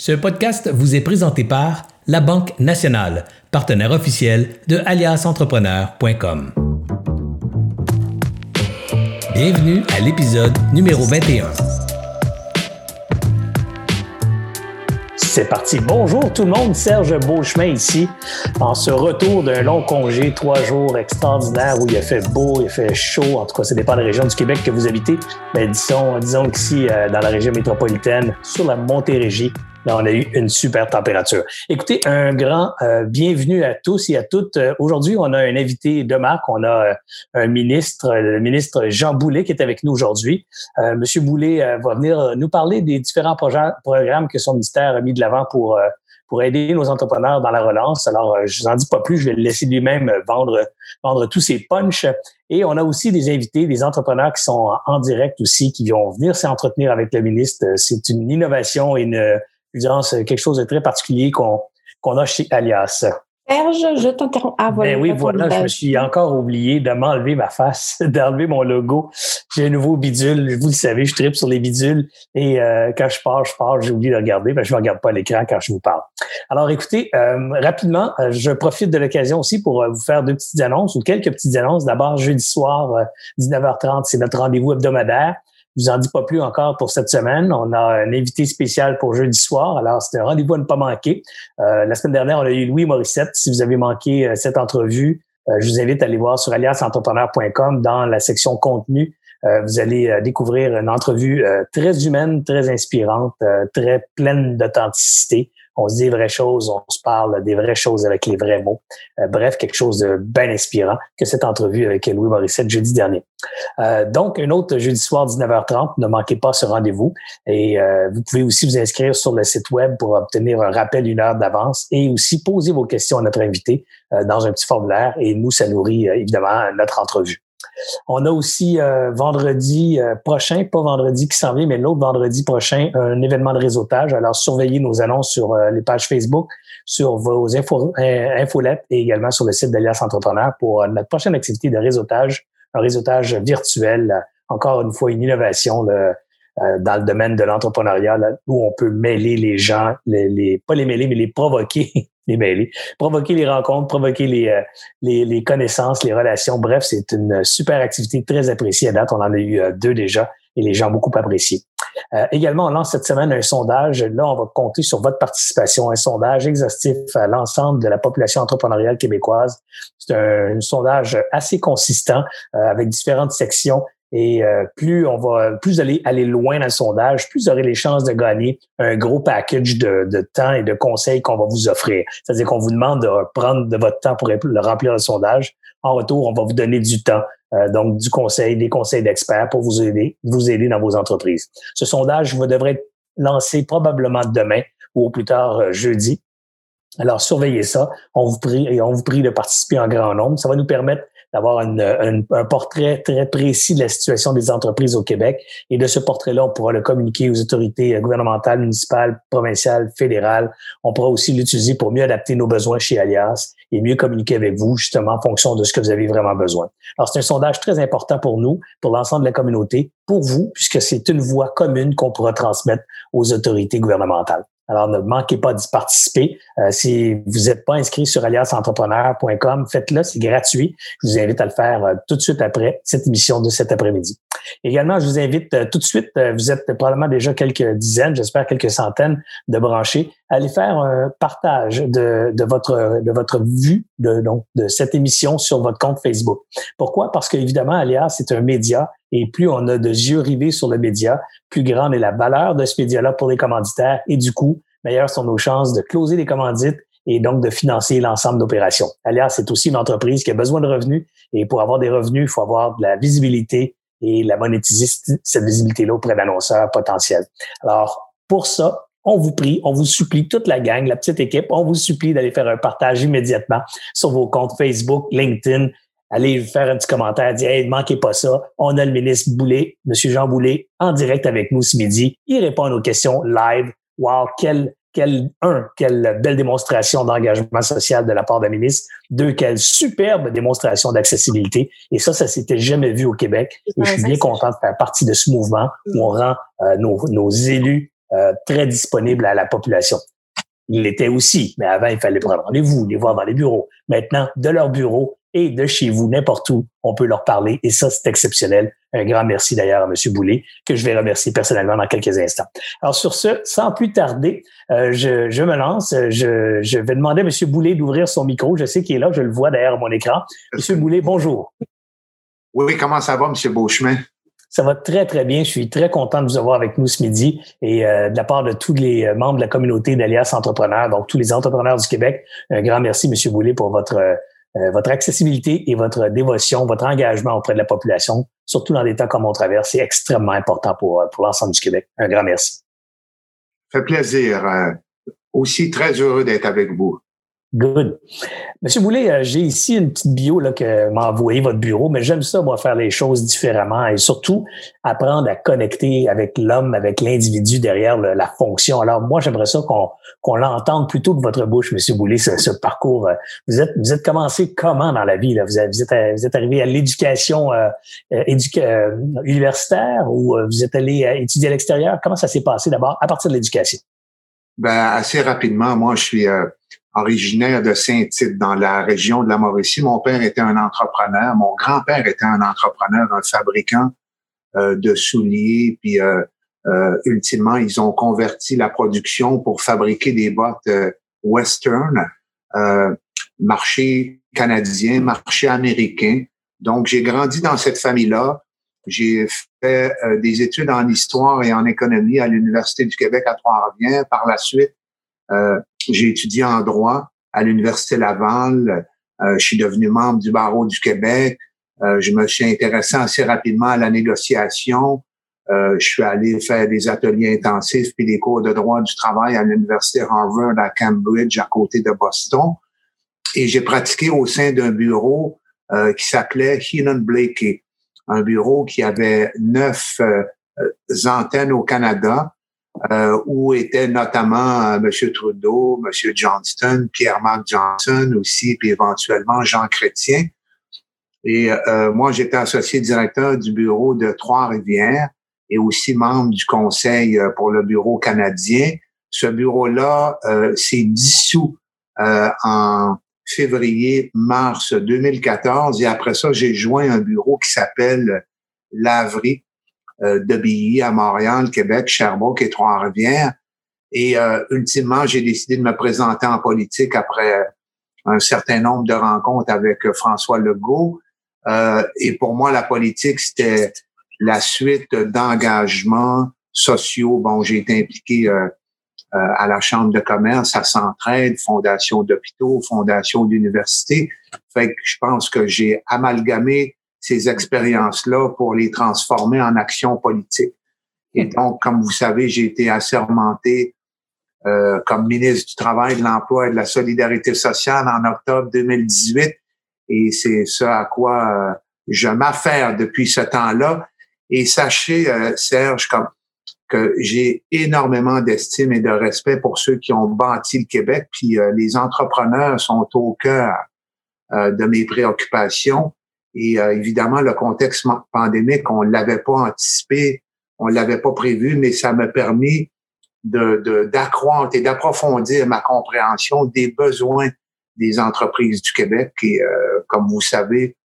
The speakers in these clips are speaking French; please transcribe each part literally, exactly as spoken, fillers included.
Ce podcast vous est présenté par La Banque Nationale, partenaire officiel de alias entrepreneur point com. Bienvenue à l'épisode numéro vingt et un. C'est parti. Bonjour tout le monde, Serge Beauchemin ici, en ce retour d'un long congé, trois jours extraordinaires où il a fait beau, il a fait chaud, en tout cas ça dépend de la région du Québec que vous habitez, mais disons, disons qu'ici, euh, dans la région métropolitaine, sur la Montérégie, là, on a eu une super température. Écoutez, un grand euh, bienvenue à tous et à toutes. Euh, aujourd'hui, on a un invité de marque, on a euh, un ministre, le ministre Jean Boulet qui est avec nous aujourd'hui. Euh, Monsieur Boulet euh, va venir nous parler des différents projets, programmes que son ministère a mis de l'avant pour euh, pour aider nos entrepreneurs dans la relance. Alors, euh, je vous en dis pas plus, je vais le laisser lui-même vendre vendre tous ses punchs. Et on a aussi des invités, des entrepreneurs qui sont en direct aussi, qui vont venir s'entretenir avec le ministre. C'est une innovation et une Je dirais, c'est quelque chose de très particulier qu'on qu'on a chez Alias. Serge, je t'interromps. Ah, voilà. Ben oui, voilà, je me suis encore oublié de m'enlever ma face, d'enlever mon logo. J'ai un nouveau bidule. Vous le savez, je tripe sur les bidules. Et euh, quand je pars, je pars, j'ai oublié de regarder. Ben, je ne regarde pas l'écran quand je vous parle. Alors, écoutez, euh, rapidement, euh, je profite de l'occasion aussi pour euh, vous faire deux petites annonces ou quelques petites annonces. D'abord, jeudi soir, euh, dix-neuf heures trente, c'est notre rendez-vous hebdomadaire. Je vous en dis pas plus encore pour cette semaine. On a un invité spécial pour jeudi soir. Alors, c'est un rendez-vous à ne pas manquer. Euh, la semaine dernière, on a eu Louis Morissette. Si vous avez manqué euh, cette entrevue, euh, je vous invite à aller voir sur alias entrepreneur point com dans la section contenu. Euh, vous allez euh, découvrir une entrevue euh, très humaine, très inspirante, euh, très pleine d'authenticité. On se dit les vraies choses, on se parle des vraies choses avec les vrais mots. Euh, bref, quelque chose de bien inspirant que cette entrevue avec Louis Morissette jeudi dernier. Euh, donc, un autre jeudi soir, dix-neuf heures trente, ne manquez pas ce rendez-vous. Et euh, vous pouvez aussi vous inscrire sur le site web pour obtenir un rappel une heure d'avance et aussi poser vos questions à notre invité euh, dans un petit formulaire. Et nous, ça nourrit euh, évidemment notre entrevue. On a aussi euh, vendredi euh, prochain, pas vendredi qui s'en vient, mais l'autre vendredi prochain, un événement de réseautage. Alors, surveillez nos annonces sur euh, les pages Facebook, sur vos infos, euh, infolettes et également sur le site d'Alias Entrepreneur pour euh, notre prochaine activité de réseautage, un réseautage virtuel. Euh, encore une fois, une innovation là, euh, dans le domaine de l'entrepreneuriat là, où on peut mêler les gens, les, les pas les mêler, mais les provoquer. les mêler, provoquer les rencontres, provoquer les, euh, les, les connaissances, les relations. Bref, c'est une super activité très appréciée à date. On en a eu euh, deux déjà et les gens ont beaucoup apprécié. Euh, également, on lance cette semaine un sondage. Là, on va compter sur votre participation. Un sondage exhaustif à l'ensemble de la population entrepreneuriale québécoise. C'est un, un sondage assez consistant euh, avec différentes sections. Et euh, plus on va, plus aller aller loin dans le sondage, plus vous aurez les chances de gagner un gros package de, de temps et de conseils qu'on va vous offrir. C'est-à-dire qu'on vous demande de prendre de votre temps pour le remplir le sondage. En retour, on va vous donner du temps, euh, donc du conseil, des conseils d'experts pour vous aider, vous aider dans vos entreprises. Ce sondage vous devrait être lancé probablement demain ou au plus tard euh, jeudi. Alors surveillez ça. On vous prie et on vous prie de participer en grand nombre. Ça va nous permettre d'avoir une, une, un portrait très précis de la situation des entreprises au Québec. Et de ce portrait-là, on pourra le communiquer aux autorités gouvernementales, municipales, provinciales, fédérales. On pourra aussi l'utiliser pour mieux adapter nos besoins chez Alias et mieux communiquer avec vous, justement, en fonction de ce que vous avez vraiment besoin. Alors, c'est un sondage très important pour nous, pour l'ensemble de la communauté, pour vous, puisque c'est une voix commune qu'on pourra transmettre aux autorités gouvernementales. Alors, ne manquez pas d'y participer. Euh, si vous n'êtes pas inscrit sur alias entrepreneur point com, faites-le, c'est gratuit. Je vous invite à le faire euh, tout de suite après cette émission de cet après-midi. Également, je vous invite euh, tout de suite, euh, vous êtes probablement déjà quelques dizaines, j'espère quelques centaines de branchés, à aller faire un partage de, de votre de votre vue de, donc, de cette émission sur votre compte Facebook. Pourquoi? Parce qu'évidemment, Alias, c'est un média et plus on a de yeux rivés sur le média, plus grande est la valeur de ce média-là pour les commanditaires et du coup, meilleures sont nos chances de closer les commandites et donc de financer l'ensemble d'opérations. Alias, c'est aussi une entreprise qui a besoin de revenus et pour avoir des revenus, il faut avoir de la visibilité et la monétiser cette visibilité-là auprès d'annonceurs potentiels. Alors, pour ça, on vous prie, on vous supplie, toute la gang, la petite équipe, on vous supplie d'aller faire un partage immédiatement sur vos comptes Facebook, LinkedIn. Allez faire un petit commentaire, dire hey, ne manquez pas ça. On a le ministre Boulet, M. Jean Boulet, en direct avec nous ce midi. Il répond à nos questions live. Wow, quelle, quelle, un, quelle belle démonstration d'engagement social de la part d'un ministre. Deux, quelle superbe démonstration d'accessibilité. Et ça, ça s'était jamais vu au Québec. Et je suis bien content de faire partie de ce mouvement où on rend euh, nos, nos élus euh, très disponibles à la population. Ils l'étaient aussi, mais avant, il fallait prendre rendez-vous, les voir dans les bureaux. Maintenant, de leur bureau et de chez vous, n'importe où, on peut leur parler et ça, c'est exceptionnel. Un grand merci d'ailleurs à M. Boulay, que je vais remercier personnellement dans quelques instants. Alors sur ce, sans plus tarder, euh, je, je me lance. Je, je vais demander à M. Boulay d'ouvrir son micro. Je sais qu'il est là, je le vois derrière mon écran. M. Boulay, bonjour. Oui, comment ça va, M. Beauchemin? Ça va très, très bien. Je suis très content de vous avoir avec nous ce midi et euh, de la part de tous les membres de la communauté d'Alias Entrepreneurs, donc tous les entrepreneurs du Québec. Un grand merci, M. Boulay, pour votre, euh, votre accessibilité et votre dévotion, votre engagement auprès de la population, surtout dans des temps comme on traverse. C'est extrêmement important pour, pour l'ensemble du Québec. Un grand merci. Ça fait plaisir. Euh, aussi très heureux d'être avec vous. Good. Monsieur Boulay, euh, j'ai ici une petite bio là, que m'a envoyé votre bureau, mais j'aime ça, moi, faire les choses différemment et surtout apprendre à connecter avec l'homme, avec l'individu derrière le, la fonction. Alors, moi, j'aimerais ça qu'on qu'on l'entende plutôt de votre bouche, Monsieur Boulay, ce, ce parcours. Vous êtes vous êtes commencé comment dans la vie? Là? Vous, êtes, vous, êtes, vous êtes arrivé à l'éducation euh, éduca, euh, universitaire ou vous êtes allé étudier à l'extérieur? Comment ça s'est passé d'abord à partir de l'éducation? Ben, assez rapidement, moi, je suis... Euh originaire de Saint-Tite, dans la région de la Mauricie. Mon père était un entrepreneur. Mon grand-père était un entrepreneur, un fabricant euh, de souliers. Puis, euh, euh, ultimement, ils ont converti la production pour fabriquer des bottes euh, western, euh, marché canadien, marché américain. Donc, j'ai grandi dans cette famille-là. J'ai fait euh, des études en histoire et en économie à l'Université du Québec à Trois-Rivières. Par la suite, euh, j'ai étudié en droit à l'Université Laval. Euh, je suis devenu membre du barreau du Québec. Euh, je me suis intéressé assez rapidement à la négociation. Euh, je suis allé faire des ateliers intensifs puis des cours de droit du travail à l'Université Harvard à Cambridge, à côté de Boston. Et j'ai pratiqué au sein d'un bureau euh, qui s'appelait Heenan Blakey, un bureau qui avait neuf euh, antennes au Canada. Euh, où étaient notamment euh, M. Trudeau, M. Johnston, Pierre-Marc Johnson aussi, puis éventuellement Jean Chrétien. Et euh, moi, j'étais associé directeur du bureau de Trois-Rivières et aussi membre du conseil euh, pour le bureau canadien. Ce bureau-là euh, s'est dissous euh, en février-mars deux mille quatorze et après ça, j'ai joint un bureau qui s'appelle l'Avry, de Billy à Montréal, Québec, Sherbrooke et Trois-Rivières. Et euh, ultimement, j'ai décidé de me présenter en politique après un certain nombre de rencontres avec François Legault. Euh, et pour moi, la politique, c'était la suite d'engagements sociaux. Bon, j'ai été impliqué euh, euh, à la Chambre de commerce, à Centraide, Fondation d'hôpitaux, Fondation d'universités. Fait que je pense que j'ai amalgamé ces expériences-là pour les transformer en actions politiques. Et donc, comme vous savez, j'ai été assermenté euh, comme ministre du Travail, de l'Emploi et de la Solidarité sociale en octobre deux mille dix-huit. Et c'est ce à quoi euh, je m'affaire depuis ce temps-là. Et sachez, euh, Serge, comme, que j'ai énormément d'estime et de respect pour ceux qui ont bâti le Québec. Puis euh, les entrepreneurs sont au cœur euh, de mes préoccupations. Et euh, évidemment, le contexte pandémique, on l'avait pas anticipé, on l'avait pas prévu, mais ça m'a permis de, de, d'accroître et d'approfondir ma compréhension des besoins des entreprises du Québec. Et euh, comme vous savez,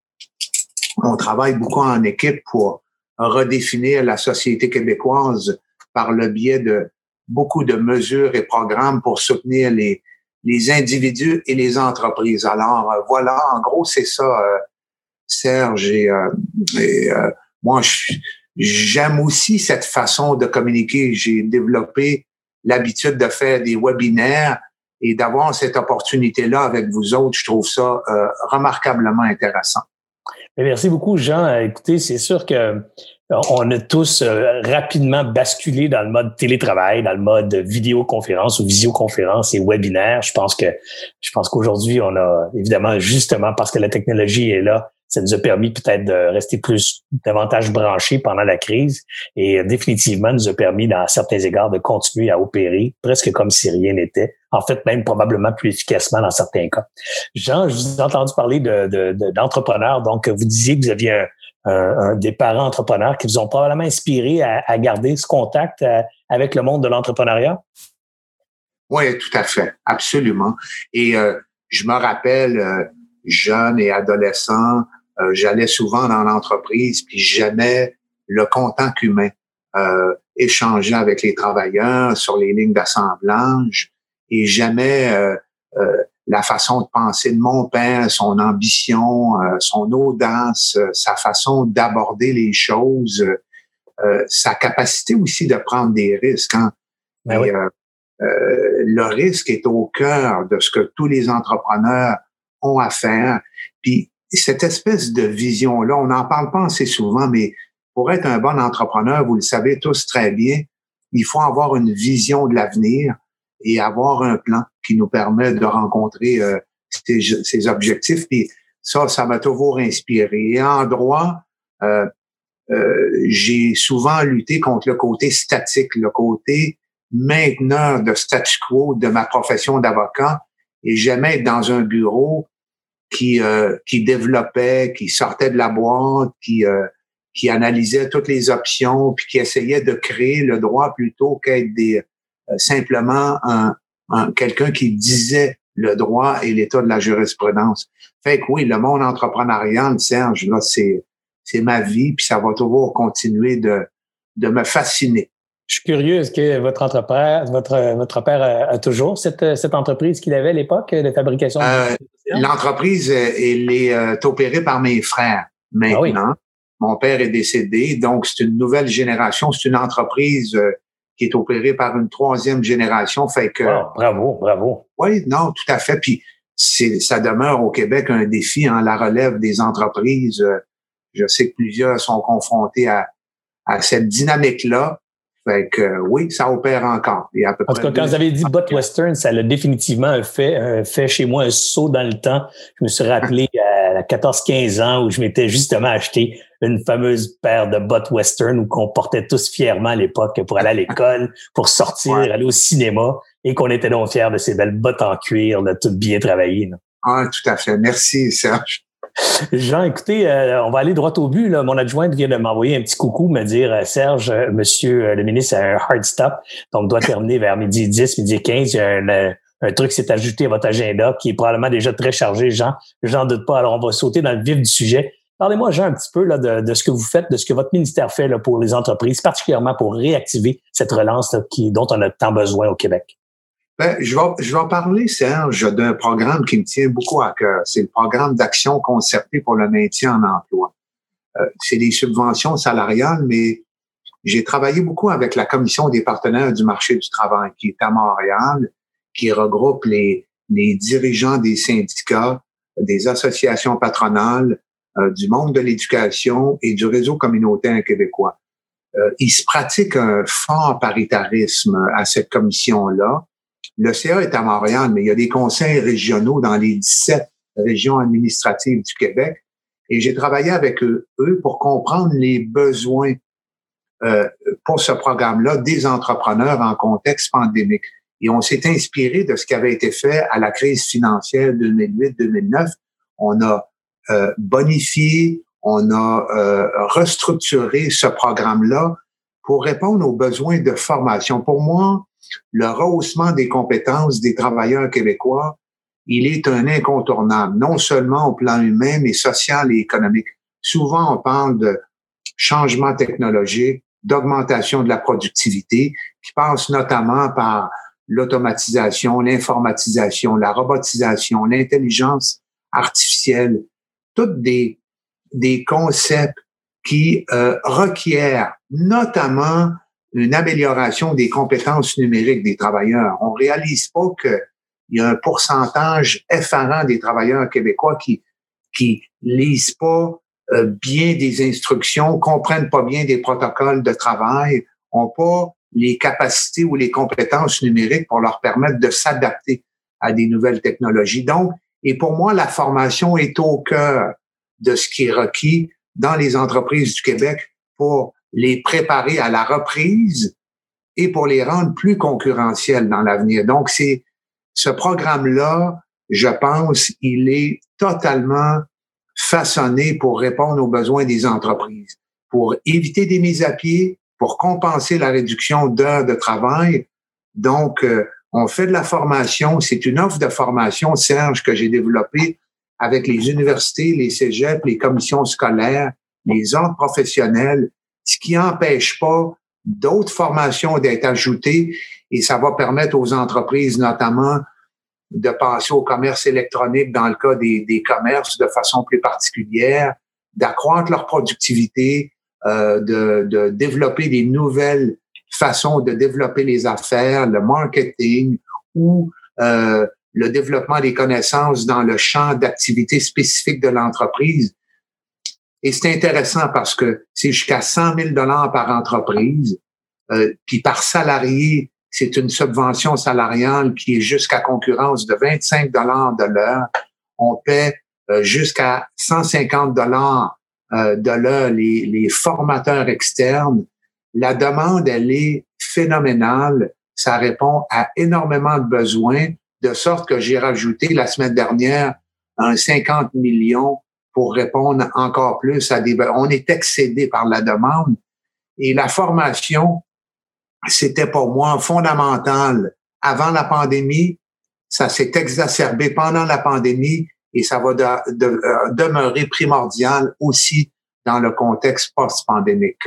on travaille beaucoup en équipe pour redéfinir la société québécoise par le biais de beaucoup de mesures et programmes pour soutenir les, les individus et les entreprises. Alors euh, voilà, en gros, c'est ça. Euh, Serge, et, euh, et euh, moi, je, j'aime aussi cette façon de communiquer. J'ai développé l'habitude de faire des webinaires et d'avoir cette opportunité-là avec vous autres. Je trouve ça euh, remarquablement intéressant. Merci beaucoup, Jean. Écoutez, c'est sûr que on a tous euh, rapidement basculé dans le mode télétravail, dans le mode vidéoconférence ou visioconférence et webinaire. Je pense que je pense qu'aujourd'hui, on a évidemment, justement parce que la technologie est là, ça nous a permis peut-être de rester plus davantage branchés pendant la crise et définitivement nous a permis, dans certains égards, de continuer à opérer presque comme si rien n'était. En fait, même probablement plus efficacement dans certains cas. Jean, je vous ai entendu parler de, de, de, d'entrepreneurs. Donc, vous disiez que vous aviez un, euh, des parents entrepreneurs qui vous ont probablement inspiré à, à garder ce contact à, avec le monde de l'entrepreneuriat? Oui, tout à fait, absolument. Et euh, je me rappelle, euh, jeune et adolescent, euh, j'allais souvent dans l'entreprise, puis j'aimais le contact humain, euh, échanger avec les travailleurs sur les lignes d'assemblage, et j'aimais euh, euh, la façon de penser de mon père, son ambition, euh, son audace, euh, sa façon d'aborder les choses, euh, sa capacité aussi de prendre des risques. Hein. Ben et, oui. euh, euh, le risque est au cœur de ce que tous les entrepreneurs ont à faire. Puis cette espèce de vision-là, on n'en parle pas assez souvent, mais pour être un bon entrepreneur, vous le savez tous très bien, il faut avoir une vision de l'avenir et avoir un plan qui nous permet de rencontrer euh, ces, ces objectifs. Puis ça, ça m'a toujours inspiré. Et en droit, euh, euh, j'ai souvent lutté contre le côté statique, le côté mainteneur de statu quo de ma profession d'avocat. Et j'aimais être dans un bureau qui euh, qui développait, qui sortait de la boîte, qui euh, qui analysait toutes les options, puis qui essayait de créer le droit plutôt qu'être des euh, simplement un, un quelqu'un qui disait le droit et l'état de la jurisprudence. Fait que oui, le monde entrepreneurial, Serge, là, c'est c'est ma vie, puis ça va toujours continuer de de me fasciner. Je suis curieux, est-ce que votre entrepreneur, votre, votre père a, a toujours cette, cette entreprise qu'il avait à l'époque de fabrication? Euh, l'entreprise, elle est euh, opérée par mes frères maintenant. Ah oui. Mon père est décédé, donc c'est une nouvelle génération. C'est une entreprise euh, qui est opérée par une troisième génération. Fait que, wow, bravo, bravo. Oui, non, tout à fait. Puis c'est, ça demeure au Québec un défi, hein, la relève des entreprises. Euh, je sais que plusieurs sont confrontés à, à cette dynamique-là. Fait que oui, ça opère encore. Et à peu en tout cas, quand vous avez dit Butt Western, ça a définitivement fait, euh, fait chez moi un saut dans le temps. Je me suis rappelé à quatorze quinze ans où je m'étais justement acheté une fameuse paire de Butt Western où qu'on portait tous fièrement à l'époque pour aller à l'école, pour sortir, ouais. aller au cinéma et qu'on était donc fiers de ces belles bottes en cuir, là, toutes bien travaillées. Là. Ah, tout à fait. Merci, Serge. Jean, écoutez, euh, on va aller droit au but. Là. Mon adjointe vient de m'envoyer un petit coucou, me dire euh, Serge, euh, monsieur euh, le ministre a un hard stop, donc doit terminer vers midi dix, midi quinze. Il y a un, euh, un truc qui s'est ajouté à votre agenda qui est probablement déjà très chargé, Jean. J'en doute pas. Alors, on va sauter dans le vif du sujet. Parlez-moi, Jean, un petit peu là, de, de ce que vous faites, de ce que votre ministère fait là, pour les entreprises, particulièrement pour réactiver cette relance là, qui, dont on a tant besoin au Québec. Ben, je vais, je vais parler, Serge, d'un programme qui me tient beaucoup à cœur. C'est le programme d'action concertée pour le maintien en emploi. Euh, c'est des subventions salariales, mais j'ai travaillé beaucoup avec la Commission des partenaires du marché du travail, qui est à Montréal, qui regroupe les, les dirigeants des syndicats, des associations patronales, euh, du monde de l'éducation et du réseau communautaire québécois. Euh, il se pratique un fort paritarisme à cette commission-là. Le C A est à Montréal, mais il y a des conseils régionaux dans les dix-sept régions administratives du Québec. Et j'ai travaillé avec eux, eux pour comprendre les besoins euh, pour ce programme-là des entrepreneurs en contexte pandémique. Et on s'est inspiré de ce qui avait été fait à la crise financière deux mille huit deux mille neuf. On a euh, bonifié, on a euh, restructuré ce programme-là pour répondre aux besoins de formation. Pour moi, le rehaussement des compétences des travailleurs québécois, il est un incontournable, non seulement au plan humain, mais social et économique. Souvent, on parle de changement technologique, d'augmentation de la productivité, qui passe notamment par l'automatisation, l'informatisation, la robotisation, l'intelligence artificielle, toutes des, des concepts qui euh, requièrent notamment une amélioration des compétences numériques des travailleurs. On réalise pas qu'il y a un pourcentage effarant des travailleurs québécois qui qui lisent pas euh, bien des instructions, comprennent pas bien des protocoles de travail, ont pas les capacités ou les compétences numériques pour leur permettre de s'adapter à des nouvelles technologies. Donc, et pour moi, la formation est au cœur de ce qui est requis dans les entreprises du Québec pour les préparer à la reprise et pour les rendre plus concurrentiels dans l'avenir. Donc, c'est ce programme-là, je pense, il est totalement façonnés pour répondre aux besoins des entreprises, pour éviter des mises à pied, pour compenser la réduction d'heures de travail. Donc, euh, on fait de la formation. C'est une offre de formation, Serge, que j'ai développée avec les universités, les cégeps, les commissions scolaires, les ordres professionnels, ce qui n'empêche pas d'autres formations d'être ajoutées, et ça va permettre aux entreprises, notamment, de passer au commerce électronique dans le cas des, des commerces de façon plus particulière, d'accroître leur productivité, euh, de, de développer des nouvelles façons de développer les affaires, le marketing ou euh, le développement des connaissances dans le champ d'activité spécifique de l'entreprise. Et c'est intéressant parce que c'est jusqu'à cent mille dollars par entreprise, euh, puis par salarié, c'est une subvention salariale qui est jusqu'à concurrence de vingt-cinq dollars de l'heure. On paie euh, jusqu'à cent cinquante dollars euh, de l'heure les, les formateurs externes. La demande, elle est phénoménale. Ça répond à énormément de besoins, de sorte que j'ai rajouté la semaine dernière un cinquante millions pour répondre encore plus à des... On est excédé par la demande. Et la formation, c'était pour moi fondamental avant la pandémie. Ça s'est exacerbé pendant la pandémie et ça va de, de, euh, demeurer primordial aussi dans le contexte post-pandémique.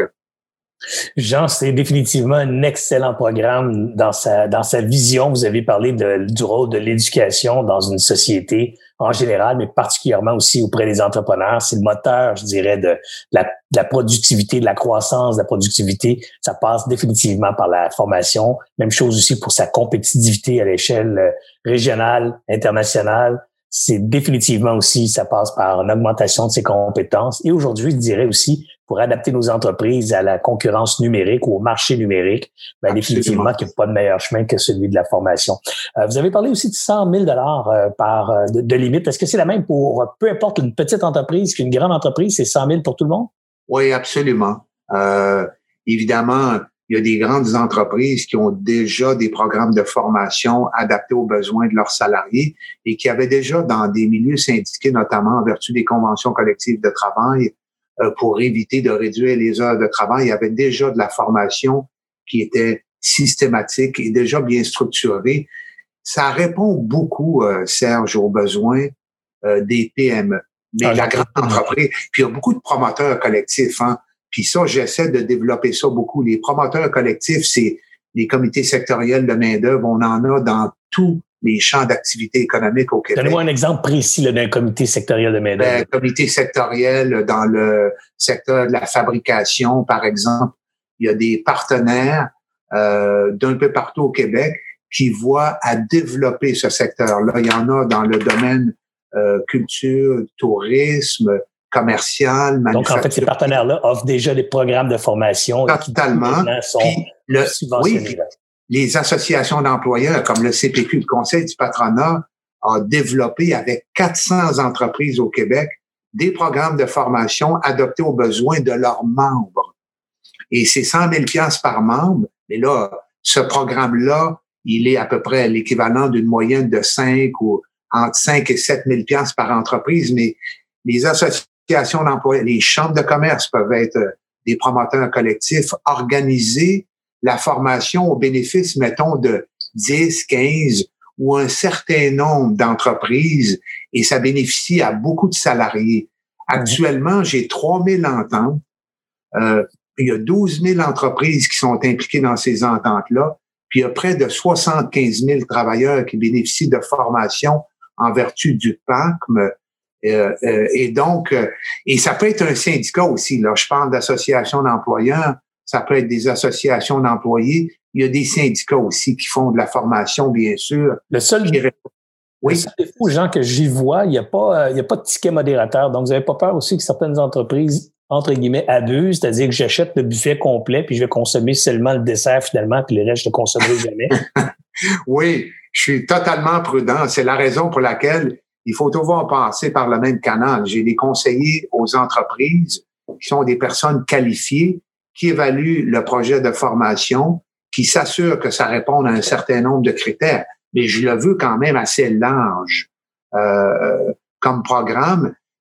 Jean, c'est définitivement un excellent programme dans sa dans sa vision. Vous avez parlé de, du rôle de l'éducation dans une société en général, mais particulièrement aussi auprès des entrepreneurs. C'est le moteur, je dirais, de la, de la productivité, de la croissance, de la productivité. Ça passe définitivement par la formation. Même chose aussi pour sa compétitivité à l'échelle régionale, internationale. C'est définitivement aussi, ça passe par une augmentation de ses compétences. Et aujourd'hui, je dirais aussi, pour adapter nos entreprises à la concurrence numérique ou au marché numérique, ben définitivement qu'il n'y a pas de meilleur chemin que celui de la formation. Euh, vous avez parlé aussi de cent mille dollars euh, par euh, de, de limite. Est-ce que c'est la même pour peu importe une petite entreprise qu'une grande entreprise, c'est cent mille pour tout le monde? Oui, absolument. Euh, évidemment, il y a des grandes entreprises qui ont déjà des programmes de formation adaptés aux besoins de leurs salariés et qui avaient déjà dans des milieux syndiqués, notamment en vertu des conventions collectives de travail, euh, pour éviter de réduire les heures de travail, il y avait déjà de la formation qui était systématique et déjà bien structurée. Ça répond beaucoup, euh, Serge, aux besoins euh, des P M E. Mais ah, la grande entreprise, puis il y a beaucoup de promoteurs collectifs, hein. Puis ça, j'essaie de développer ça beaucoup. Les promoteurs collectifs, c'est les comités sectoriels de main-d'œuvre. On en a dans tous les champs d'activité économique au Québec. Donnez-moi un exemple précis là, d'un comité sectoriel de main-d'œuvre. Ben, comité sectoriel dans le secteur de la fabrication, par exemple. Il y a des partenaires euh, d'un peu partout au Québec qui voient à développer ce secteur-là. Il y en a dans le domaine euh, culture, tourisme, commercial, donc, en fait, ces partenaires-là offrent déjà des programmes de formation. Totalement. Qui sont le, subventionnés. Oui, les associations d'employeurs, comme le C P Q, le Conseil du patronat, a développé avec quatre cents entreprises au Québec des programmes de formation adaptés aux besoins de leurs membres. Et c'est cent mille dollars par membre. Mais là, ce programme-là, il est à peu près l'équivalent d'une moyenne de cinq ou entre cinq et sept mille dollars par entreprise. Mais les associations d'employés, les chambres de commerce peuvent être des promoteurs collectifs, organiser la formation au bénéfice, mettons, de dix, quinze ou un certain nombre d'entreprises et ça bénéficie à beaucoup de salariés. Actuellement, j'ai trois mille ententes. Euh, il y a douze mille entreprises qui sont impliquées dans ces ententes-là. Puis il y a près de soixante-quinze mille travailleurs qui bénéficient de formation en vertu du P A C M. Euh, euh, et donc, euh, et ça peut être un syndicat aussi. Là, je parle d'associations d'employeurs, ça peut être des associations d'employés. Il y a des syndicats aussi qui font de la formation, bien sûr. Le seul, qui... oui. Le seul défaut, Jean, que j'y vois, il n'y a pas, il y a pas de ticket modérateur. Donc, vous n'avez pas peur aussi que certaines entreprises, entre guillemets, abusent, c'est-à-dire que j'achète le buffet complet puis je vais consommer seulement le dessert finalement, puis le reste, je ne le consommerai jamais. Oui, je suis totalement prudent. C'est la raison pour laquelle il faut toujours passer par le même canal. J'ai des conseillers aux entreprises qui sont des personnes qualifiées, qui évaluent le projet de formation, qui s'assurent que ça réponde à un certain nombre de critères. Mais je le veux quand même assez large euh, comme programme.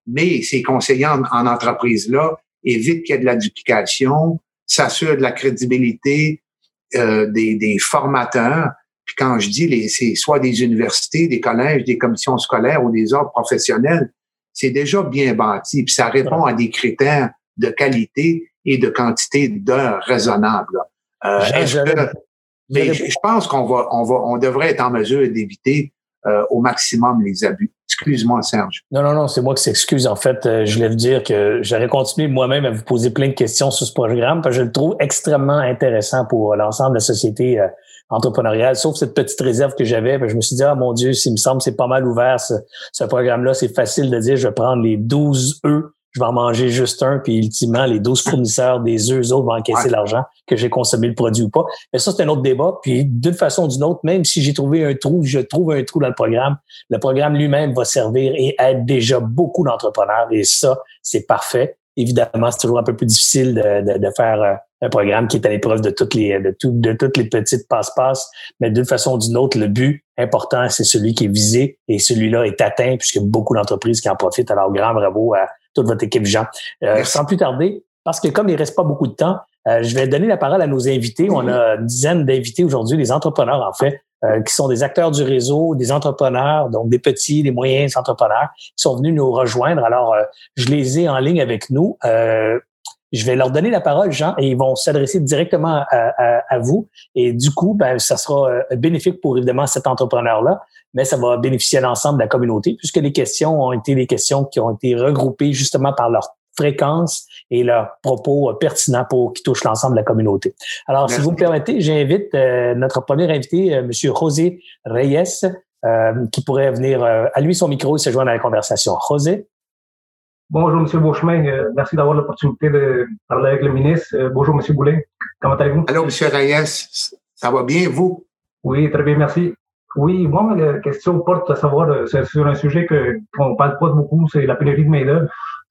mais ces conseillers en, en entreprise-là évitent qu'il y ait de la duplication, s'assurent de la crédibilité euh, des, des formateurs. Puis quand je dis, les, c'est soit des universités, des collèges, des commissions scolaires ou des ordres professionnels, c'est déjà bien bâti. Puis ça répond à des critères de qualité et de quantité d'heures raisonnables. Euh, est-ce que, mais je, je pense qu'on va, on va, on devrait être en mesure d'éviter euh, au maximum les abus. Excuse-moi, Serge. Non, non, non, c'est moi qui s'excuse. En fait, euh, je voulais vous dire que j'aurais continué moi-même à vous poser plein de questions sur ce programme parce que je le trouve extrêmement intéressant pour l'ensemble de la société euh, entrepreneuriale, sauf cette petite réserve que j'avais. Je me suis dit, ah mon Dieu, il me semble que c'est pas mal ouvert ce, ce programme-là. C'est facile de dire, je vais prendre les douze œufs, je vais en manger juste un, puis ultimement, les douze fournisseurs des œufs, eux autres vont encaisser ouais. l'argent que j'ai consommé le produit ou pas. Mais ça, c'est un autre débat. Puis d'une façon ou d'une autre, même si j'ai trouvé un trou, je trouve un trou dans le programme, le programme lui-même va servir et aide déjà beaucoup d'entrepreneurs. Et ça, c'est parfait. Évidemment, c'est toujours un peu plus difficile de, de, de faire un programme qui est à l'épreuve de toutes les de, tout, de toutes les petites passe-passe, mais d'une façon ou d'une autre, le but important, c'est celui qui est visé et celui-là est atteint puisqu'il y a beaucoup d'entreprises qui en profitent. Alors, grand bravo à toute votre équipe, Jean. Euh, sans plus tarder, parce que comme il reste pas beaucoup de temps, euh, je vais donner la parole à nos invités. On a une dizaine d'invités aujourd'hui, des entrepreneurs en fait, euh, qui sont des acteurs du réseau, des entrepreneurs, donc des petits, des moyens entrepreneurs, qui sont venus nous rejoindre. Alors, euh, je les ai en ligne avec nous. Euh, je vais leur donner la parole, Jean, et ils vont s'adresser directement à, à, à vous. Et du coup, ben, ça sera bénéfique pour évidemment cet entrepreneur-là, mais ça va bénéficier à l'ensemble de la communauté, puisque les questions ont été des questions qui ont été regroupées justement par leur fréquence et leurs propos pertinents pour qui touchent l'ensemble de la communauté. Alors, Merci. Si vous me permettez, j'invite euh, notre premier invité, euh, M. José Reyes, euh, qui pourrait venir euh, allumer son micro et se joindre à la conversation. José? Bonjour, M. Beauchemin. Euh, merci d'avoir l'opportunité de parler avec le ministre. Euh, bonjour, M. Boulet. Comment allez-vous? Allô, M. Reyes. Ça va bien, vous? Oui, très bien, merci. Oui, moi, ma question porte à savoir, c'est sur un sujet que, qu'on ne parle pas beaucoup, c'est la pénurie de main-d'œuvre.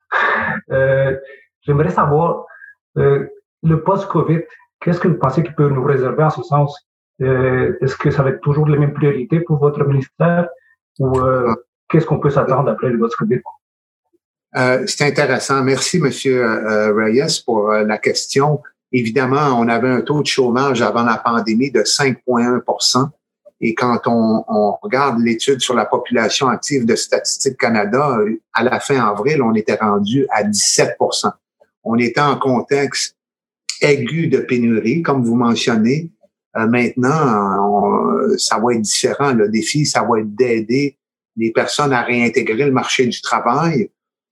Euh, j'aimerais savoir, euh, le post-COVID, qu'est-ce que vous pensez qu'il peut nous réserver en ce sens? Euh, est-ce que ça va être toujours les mêmes priorités pour votre ministère ou euh, qu'est-ce qu'on peut s'attendre après le post-COVID? Euh, c'est intéressant. Merci, M. Euh, Reyes, pour euh, la question. Évidemment, on avait un taux de chômage avant la pandémie de cinq virgule un pour cent. Et quand on, on regarde l'étude sur la population active de Statistique Canada, à la fin avril, on était rendu à dix-sept pour cent. On était en contexte aigu de pénurie, comme vous mentionnez. Euh, maintenant, on, ça va être différent. Le défi, ça va être d'aider les personnes à réintégrer le marché du travail.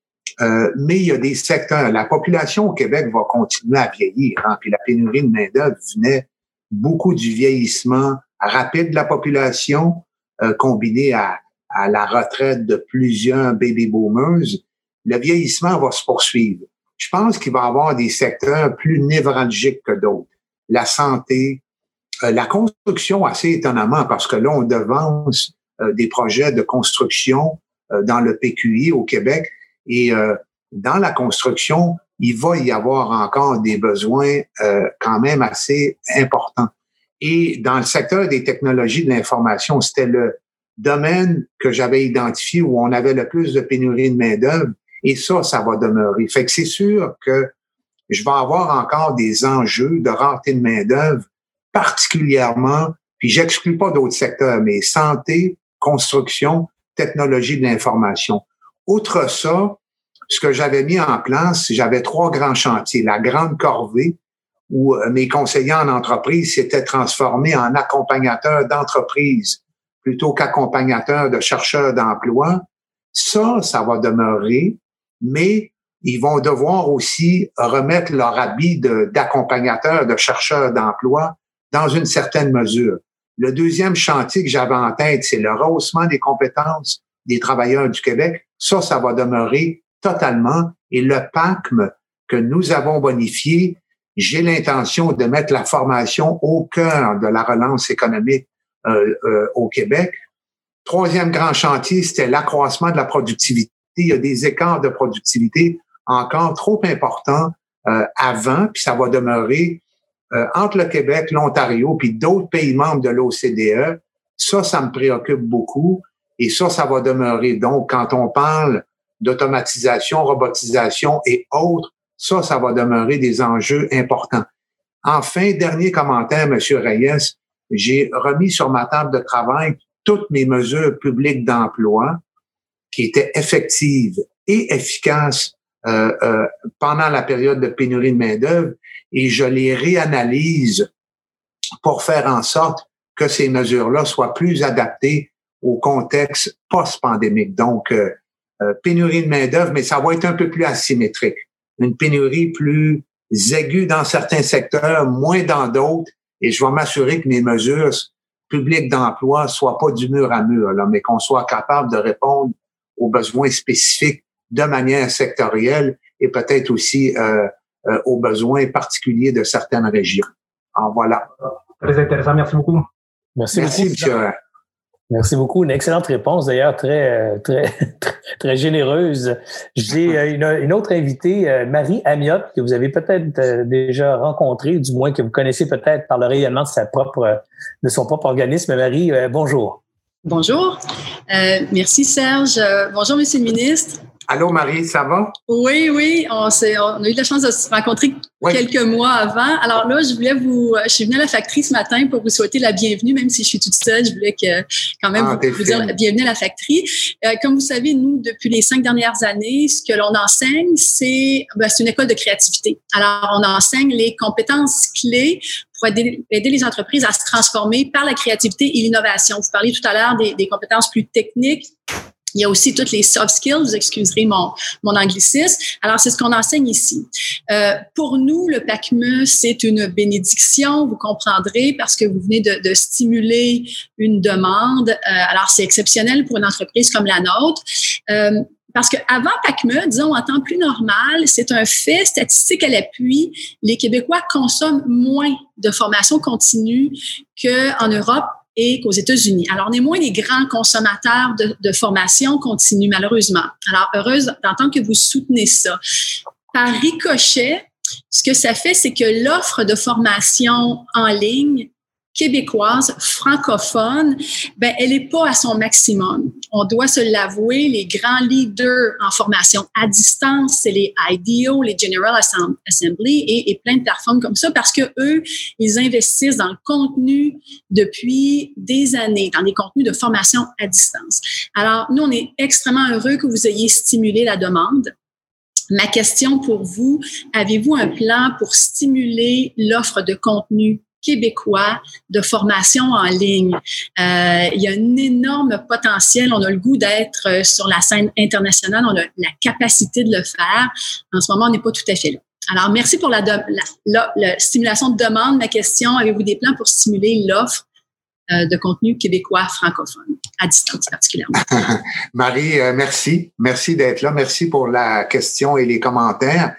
Euh, mais il y a des secteurs. La population au Québec va continuer à vieillir. Hein, puis la pénurie de main-d'œuvre venait beaucoup du vieillissement rapide de la population, euh, combiné à, à la retraite de plusieurs baby boomers. Le vieillissement va se poursuivre. Je pense qu'il va y avoir des secteurs plus névralgiques que d'autres. La santé, euh, la construction assez étonnamment, parce que là, on devance euh, des projets de construction euh, dans le P Q I au Québec. Et euh, dans la construction, il va y avoir encore des besoins euh, quand même assez importants. Et dans le secteur des technologies de l'information, c'était le domaine que j'avais identifié où on avait le plus de pénurie de main-d'œuvre. Et ça, ça va demeurer. Fait que c'est sûr que je vais avoir encore des enjeux de rareté de main-d'œuvre, particulièrement, puis j'exclus pas d'autres secteurs, mais santé, construction, technologie de l'information. Outre ça, ce que j'avais mis en place, j'avais trois grands chantiers. La grande corvée, où mes conseillers en entreprise s'étaient transformés en accompagnateurs d'entreprise plutôt qu'accompagnateurs de chercheurs d'emploi. Ça, ça va demeurer, mais ils vont devoir aussi remettre leur habit de, d'accompagnateurs, de chercheurs d'emploi dans une certaine mesure. Le deuxième chantier que j'avais en tête, c'est le rehaussement des compétences des travailleurs du Québec. Ça, ça va demeurer totalement. Et le P A C M que nous avons bonifié, j'ai l'intention de mettre la formation au cœur de la relance économique euh, euh, au Québec. Troisième grand chantier, c'était l'accroissement de la productivité. Il y a des écarts de productivité encore trop importants euh, avant, puis ça va demeurer euh, entre le Québec, l'Ontario, puis d'autres pays membres de l'O C D E. Ça, ça me préoccupe beaucoup. Et ça, ça va demeurer. Donc, quand on parle d'automatisation, robotisation et autres, ça, ça va demeurer des enjeux importants. Enfin, dernier commentaire, M. Reyes, j'ai remis sur ma table de travail toutes mes mesures publiques d'emploi qui étaient effectives et efficaces euh, euh, pendant la période de pénurie de main-d'œuvre et je les réanalyse pour faire en sorte que ces mesures-là soient plus adaptées au contexte post-pandémique. Donc, euh, euh, pénurie de main-d'œuvre, mais ça va être un peu plus asymétrique. Une pénurie plus aiguë dans certains secteurs, moins dans d'autres, et je vais m'assurer que mes mesures publiques d'emploi soient pas du mur à mur, là, mais qu'on soit capable de répondre aux besoins spécifiques de manière sectorielle et peut-être aussi euh, euh, aux besoins particuliers de certaines régions. Alors voilà. Très intéressant, merci beaucoup. Merci, merci beaucoup. M. Merci beaucoup. Une excellente réponse, d'ailleurs, très, très, très, très généreuse. J'ai une, une autre invitée, Marie Amiotte, que vous avez peut-être déjà rencontrée, ou du moins que vous connaissez peut-être par le rayonnement de sa propre, de son propre organisme. Marie, bonjour. Bonjour. Euh, merci, Serge. Bonjour, Monsieur le ministre. Allô, Marie, ça va? Oui, oui. On, s'est, on a eu la chance de se rencontrer oui. quelques mois avant. Alors là, je voulais vous... Je suis venue à la factory ce matin pour vous souhaiter la bienvenue, même si je suis toute seule. Je voulais que, quand même ah, vous, vous dire la bienvenue à la factory. Euh, comme vous savez, nous, depuis les cinq dernières années, ce que l'on enseigne, c'est, ben, c'est une école de créativité. Alors, on enseigne les compétences clés pour aider, aider les entreprises à se transformer par la créativité et l'innovation. Vous parliez tout à l'heure des, des compétences plus techniques. Il y a aussi toutes les soft skills, vous excuserez mon, mon anglicisme. Alors, c'est ce qu'on enseigne ici. Euh, pour nous, le P A C M E, c'est une bénédiction, vous comprendrez, parce que vous venez de, de stimuler une demande. Euh, alors, c'est exceptionnel pour une entreprise comme la nôtre. Euh, Parce qu'avant P A C M E, disons en temps plus normal, c'est un fait statistique à l'appui, les Québécois consomment moins de formation continue qu'en Europe et qu'aux États-Unis. Alors, on est moins les grands consommateurs de, de formation continue, malheureusement. Alors, heureuse d'entendre que vous soutenez ça. Par ricochet, ce que ça fait, c'est que l'offre de formation en ligne québécoise, francophone, ben, elle n'est pas à son maximum. On doit se l'avouer, les grands leaders en formation à distance, c'est les I D O, les General Assembly et, et plein de plateformes comme ça parce que eux, ils investissent dans le contenu depuis des années, dans des contenus de formation à distance. Alors, nous, on est extrêmement heureux que vous ayez stimulé la demande. Ma question pour vous, avez-vous un plan pour stimuler l'offre de contenu québécois de formation en ligne? Euh, il y a un énorme potentiel. On a le goût d'être sur la scène internationale. On a la capacité de le faire. En ce moment, on n'est pas tout à fait là. Alors, merci pour la, de, la, la, la stimulation de demande. Ma question, avez-vous des plans pour stimuler l'offre euh, de contenu québécois francophone, à distance particulièrement? Marie, euh, merci. Merci d'être là. Merci pour la question et les commentaires.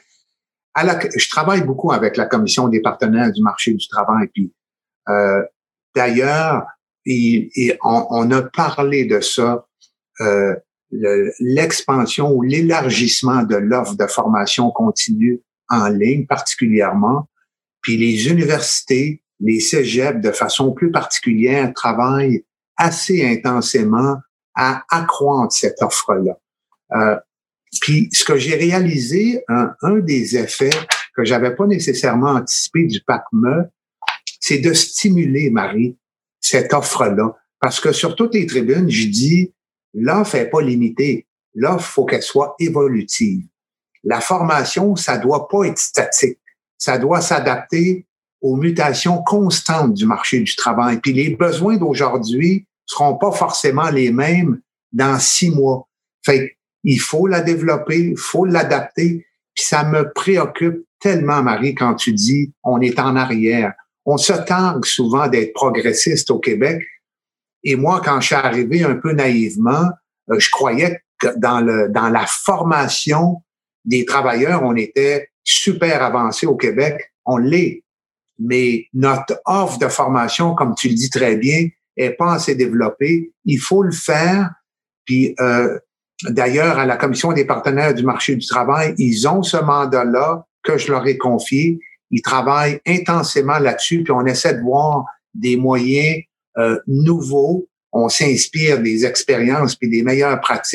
À la, je travaille beaucoup avec la Commission des partenaires du marché du travail. Puis, euh, d'ailleurs, il, il, on, on a parlé de ça, euh, le, l'expansion ou l'élargissement de l'offre de formation continue en ligne, particulièrement. Puis les universités, les cégeps, de façon plus particulière, travaillent assez intensément à accroître cette offre-là. Euh, Puis, ce que j'ai réalisé, un, un des effets que j'avais pas nécessairement anticipé du P A C M E, c'est de stimuler, Marie, cette offre-là. Parce que sur toutes les tribunes, je dis, l'offre n'est pas limitée. L'offre, faut qu'elle soit évolutive. La formation, ça doit pas être statique. Ça doit s'adapter aux mutations constantes du marché du travail. Puis les besoins d'aujourd'hui seront pas forcément les mêmes dans six mois. Fait il faut la développer, il faut l'adapter. Puis ça me préoccupe tellement, Marie, quand tu dis on est en arrière. On se targue souvent d'être progressiste au Québec. Et moi, quand je suis arrivé un peu naïvement, je croyais que dans le dans la formation des travailleurs, on était super avancé au Québec. On l'est. Mais notre offre de formation, comme tu le dis très bien, est pas assez développée. Il faut le faire. Puis euh, D'ailleurs, à la Commission des partenaires du marché du travail, ils ont ce mandat-là que je leur ai confié. Ils travaillent intensément là-dessus, puis on essaie de voir des moyens euh, nouveaux. On s'inspire des expériences puis des meilleures pratiques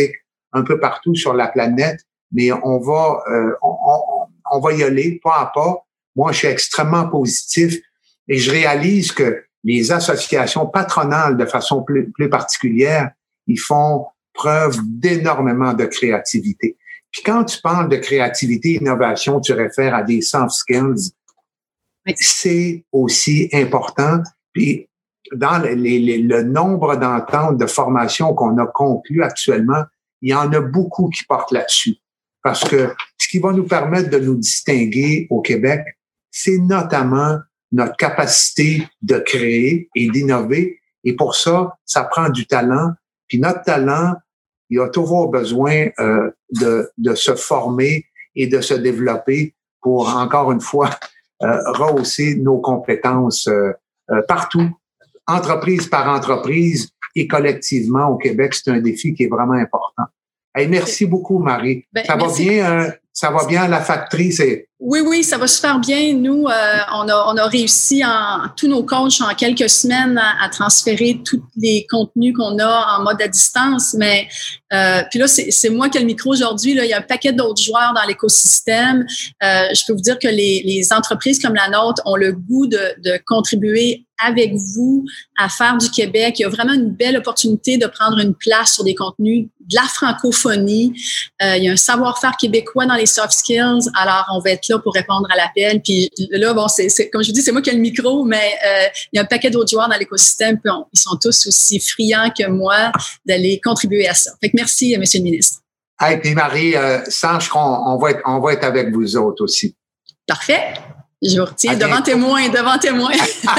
un peu partout sur la planète, mais on va, euh, on, on, on va y aller pas à pas. Moi, je suis extrêmement positif et je réalise que les associations patronales, de façon plus, plus particulière, ils font preuve d'énormément de créativité. Puis quand tu parles de créativité, innovation, tu réfères à des soft skills. C'est aussi important. Puis dans les, les, le nombre d'ententes de formation qu'on a conclues actuellement, il y en a beaucoup qui portent là-dessus. Parce que ce qui va nous permettre de nous distinguer au Québec, c'est notamment notre capacité de créer et d'innover. Et pour ça, ça prend du talent. Puis notre talent, il a toujours besoin euh, de, de se former et de se développer pour, encore une fois, euh, rehausser nos compétences euh, euh, partout, entreprise par entreprise et collectivement au Québec. C'est un défi qui est vraiment important. Hey, merci beaucoup, Marie. Ben, ça va bien, euh, ça va bien à la factory, c'est. Oui, oui, ça va super bien. Nous, euh, on a, on a réussi en tous nos coachs en quelques semaines à, à transférer tous les contenus qu'on a en mode à distance. Mais euh, puis là, c'est, c'est moi qui ai le micro aujourd'hui. Là, il y a un paquet d'autres joueurs dans l'écosystème. Euh, je peux vous dire que les, les entreprises comme la nôtre ont le goût de, de contribuer avec vous à faire du Québec. Il y a vraiment une belle opportunité de prendre une place sur des contenus de la francophonie. Euh, il y a un savoir-faire québécois dans les soft skills. Alors, on va être là pour répondre à l'appel. Puis là, bon, c'est, c'est comme je vous dis, c'est moi qui ai le micro, mais euh, il y a un paquet d'autres joueurs dans l'écosystème. Puis on, ils sont tous aussi friands que moi d'aller contribuer à ça. Fait que merci, Monsieur le ministre. Hey, puis Marie, euh, sache qu'on on va être, on va être avec vous autres aussi. Parfait. Je vous retiens devant témoin, devant témoin.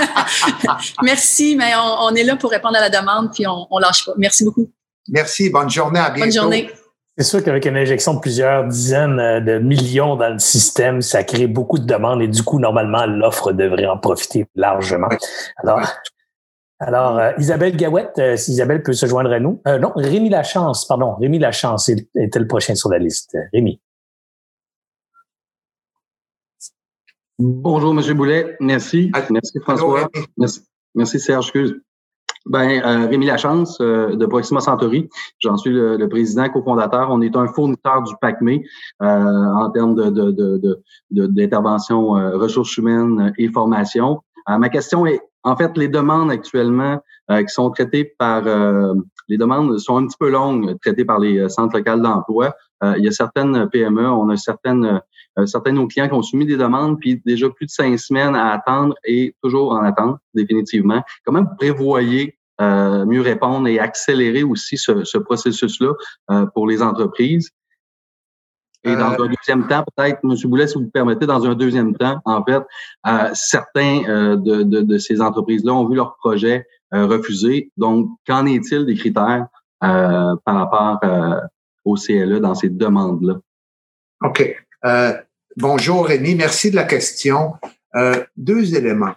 Merci, mais on, on est là pour répondre à la demande, puis on, on lâche pas. Merci beaucoup. Merci. Bonne journée. À bientôt. Bonne journée. C'est sûr qu'avec une injection de plusieurs dizaines de millions dans le système, ça crée beaucoup de demandes et du coup, normalement, l'offre devrait en profiter largement. Alors, alors euh, Isabelle Gawette, euh, si Isabelle peut se joindre à nous. Euh, non, Rémi Lachance, pardon. Rémi Lachance était le prochain sur la liste. Rémi. Bonjour, M. Boulet. Merci. Merci, François. Merci, Merci Serge. Excuse. Ben, euh, Rémi Lachance, euh, de Proxima Centauri. J'en suis le, le président, cofondateur. On est un fournisseur du P A C M E euh, en termes de, de, de, de, de, d'intervention euh, ressources humaines et formation. Euh, ma question est, en fait, les demandes actuellement euh, qui sont traitées par... Euh, les demandes sont un petit peu longues, traitées par les centres locaux d'emploi. Euh, il y a certaines P M E, on a certaines... Euh, certains de nos clients qui ont soumis des demandes, puis déjà plus de cinq semaines à attendre et toujours en attente, définitivement. Comment vous prévoyez euh, mieux répondre et accélérer aussi ce, ce processus-là euh, pour les entreprises? Et dans euh, un deuxième temps, peut-être, M. Boulet, si vous me permettez, dans un deuxième temps, en fait, euh, certains euh, de, de, de ces entreprises-là ont vu leur projet euh, refusé. Donc, qu'en est-il des critères euh, par rapport euh, au C L E dans ces demandes-là? OK. Euh, bonjour Rémi, merci de la question. Euh, deux éléments.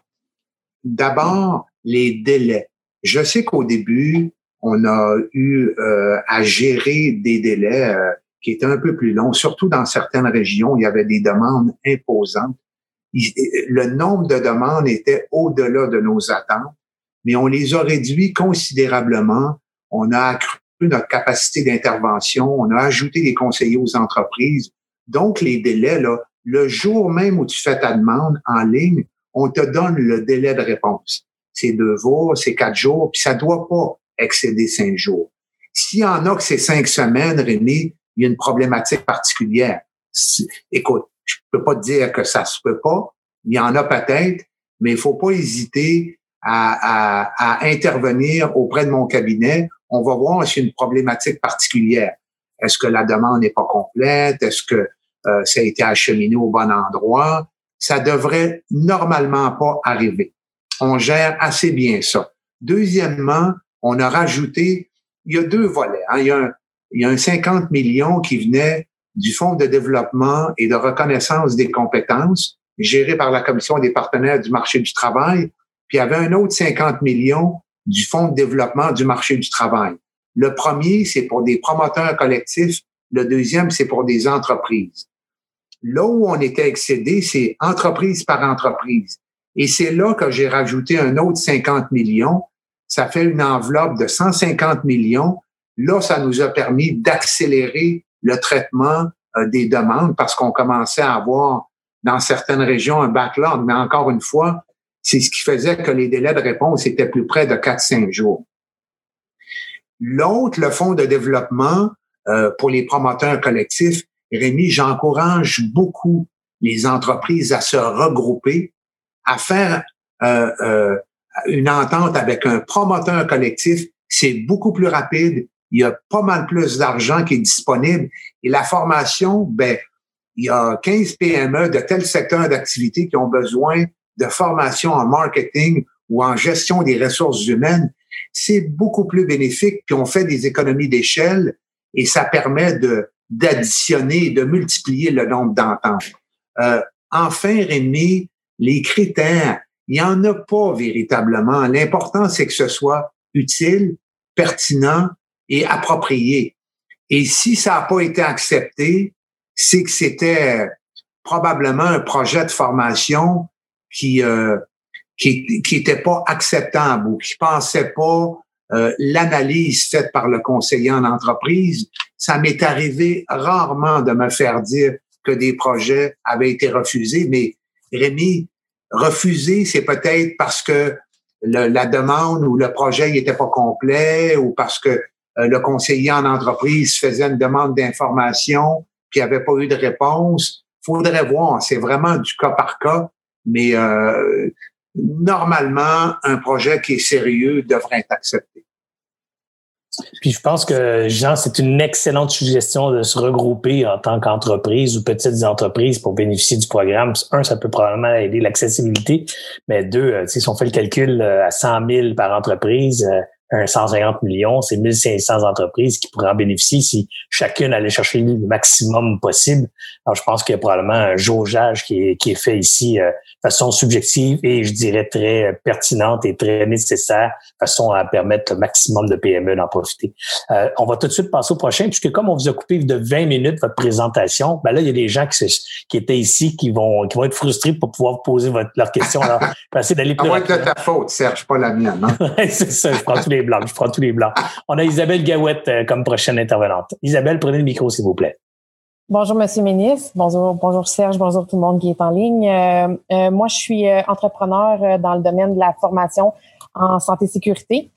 D'abord, les délais. Je sais qu'au début, on a eu euh, à gérer des délais euh, qui étaient un peu plus longs, surtout dans certaines régions, il y avait des demandes imposantes. Il, le nombre de demandes était au-delà de nos attentes, mais on les a réduits considérablement. On a accru notre capacité d'intervention, on a ajouté des conseillers aux entreprises. Donc, les délais, là, le jour même où tu fais ta demande en ligne, on te donne le délai de réponse. C'est deux jours, c'est quatre jours, puis ça doit pas excéder cinq jours. S'il y en a que c'est cinq semaines, Rémi, il y a une problématique particulière. Écoute, je peux pas te dire que ça se peut pas. Il y en a peut-être, mais il faut pas hésiter à, à, à intervenir auprès de mon cabinet. On va voir s'il y a une problématique particulière. Est-ce que la demande n'est pas complète? Est-ce que euh, ça a été acheminé au bon endroit? Ça devrait normalement pas arriver. On gère assez bien ça. Deuxièmement, on a rajouté, il y a deux volets. Hein. Il y a un, il y a un cinquante millions qui venait du Fonds de développement et de reconnaissance des compétences, géré par la Commission des partenaires du marché du travail. Puis il y avait un autre cinquante millions du Fonds de développement du marché du travail. Le premier, c'est pour des promoteurs collectifs. Le deuxième, c'est pour des entreprises. Là où on était excédé, c'est entreprise par entreprise. Et c'est là que j'ai rajouté un autre cinquante millions. Ça fait une enveloppe de cent cinquante millions Là, ça nous a permis d'accélérer le traitement euh, des demandes parce qu'on commençait à avoir dans certaines régions un backlog. Mais encore une fois, c'est ce qui faisait que les délais de réponse étaient plus près de quatre à cinq jours. L'autre, le fonds de développement euh, pour les promoteurs collectifs, Rémi, j'encourage beaucoup les entreprises à se regrouper, à faire euh, euh, une entente avec un promoteur collectif. C'est beaucoup plus rapide. Il y a pas mal plus d'argent qui est disponible. Et la formation, ben, il y a quinze P M E de tel secteur d'activité qui ont besoin de formation en marketing ou en gestion des ressources humaines. C'est beaucoup plus bénéfique, puis on fait des économies d'échelle et ça permet de d'additionner, de multiplier le nombre d'ententes. Euh, enfin, Rémi, les critères, il n'y en a pas véritablement. L'important, c'est que ce soit utile, pertinent et approprié. Et si ça n'a pas été accepté, c'est que c'était probablement un projet de formation qui euh, qui qui était pas acceptable ou qui pensait pas euh, l'analyse faite par le conseiller en entreprise. Ça m'est arrivé rarement de me faire dire que des projets avaient été refusés, mais Rémi, refuser, c'est peut-être parce que le, la demande ou le projet n'était pas complet ou parce que euh, le conseiller en entreprise faisait une demande d'information puis il n'y avait pas eu de réponse. Faudrait voir, c'est vraiment du cas par cas, mais euh, normalement, un projet qui est sérieux devrait être accepté. Puis je pense que, Jean, c'est une excellente suggestion de se regrouper en tant qu'entreprise ou petites entreprises pour bénéficier du programme. Un, ça peut probablement aider l'accessibilité, mais deux, si on fait le calcul à cent mille par entreprise, un cent cinquante millions, c'est mille cinq cents entreprises qui pourraient en bénéficier si chacune allait chercher le maximum possible. Alors, je pense qu'il y a probablement un jaugeage qui est, qui est fait ici euh, de façon subjective et je dirais très pertinente et très nécessaire, de façon à permettre le maximum de P M E d'en profiter. Euh, on va tout de suite passer au prochain, puisque comme on vous a coupé de vingt minutes votre présentation, ben là, il y a des gens qui, se, qui étaient ici qui vont, qui vont être frustrés pour pouvoir poser votre, leurs questions. Alors, je vais essayer d'aller plus rapidement. À moins que de ta faute, Serge, pas la mienne. Hein? C'est ça, je prends tous les blancs, je prends tous les blancs. On a Isabelle Gawette euh, comme prochaine intervenante. Isabelle, prenez le micro, s'il vous plaît. Bonjour, Monsieur le ministre. Bonjour, bonjour Serge. Bonjour tout le monde qui est en ligne. Euh, euh, moi, je suis euh, entrepreneur euh, dans le domaine de la formation en santé sécurité.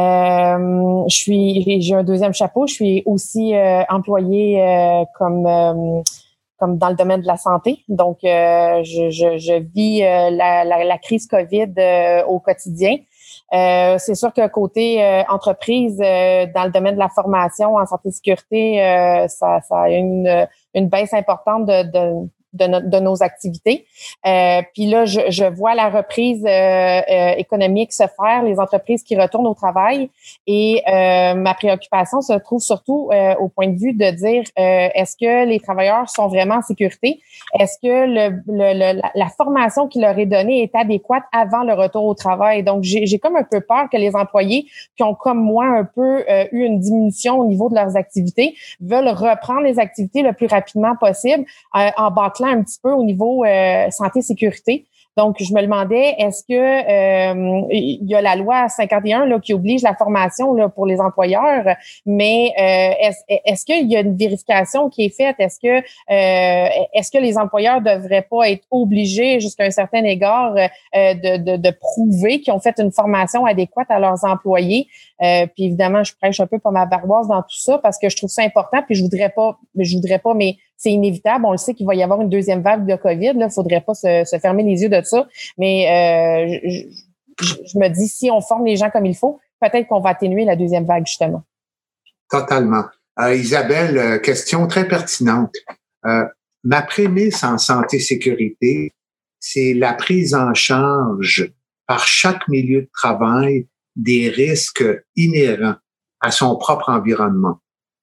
Euh, je suis, j'ai un deuxième chapeau. Je suis aussi euh, employée euh, comme euh, comme dans le domaine de la santé. Donc, euh, je, je, je vis euh, la, la, la crise COVID euh, au quotidien. Euh, c'est sûr que côté euh, entreprise, euh, dans le domaine de la formation en santé sécurité, euh, ça, ça a une, une baisse importante de, de, de, no, de nos activités. Euh, puis là, je, je vois la reprise euh, euh, économique se faire, les entreprises qui retournent au travail. Et euh, ma préoccupation se trouve surtout euh, au point de vue de dire euh, est-ce que les travailleurs sont vraiment en sécurité? Est-ce que le, le, le, la, la formation qui leur est donnée est adéquate avant le retour au travail? Donc, j'ai, j'ai comme un peu peur que les employés qui ont, comme moi, un peu euh, eu une diminution au niveau de leurs activités, veulent reprendre les activités le plus rapidement possible euh, en bâclant un petit peu au niveau euh, santé-sécurité. Donc, je me demandais, est-ce que euh, il y a la loi cinquante et un là, qui oblige la formation là, pour les employeurs, mais euh, est-ce, est-ce qu'il y a une vérification qui est faite? Est-ce que euh, est-ce que les employeurs devraient pas être obligés, jusqu'à un certain égard, euh, de, de, de prouver qu'ils ont fait une formation adéquate à leurs employés? Euh, puis évidemment, je prêche un peu pour ma paroisse dans tout ça parce que je trouve ça important. Puis je voudrais pas, je voudrais pas, mais c'est inévitable. On le sait qu'il va y avoir une deuxième vague de COVID. Là, faudrait pas se, se fermer les yeux de ça. Mais euh, je, je, je me dis, si on forme les gens comme il faut, peut-être qu'on va atténuer la deuxième vague justement. Totalement. Euh, Isabelle, euh, question très pertinente. Euh, ma prémisse en santé-sécurité, c'est la prise en charge par chaque milieu de travail des risques inhérents à son propre environnement.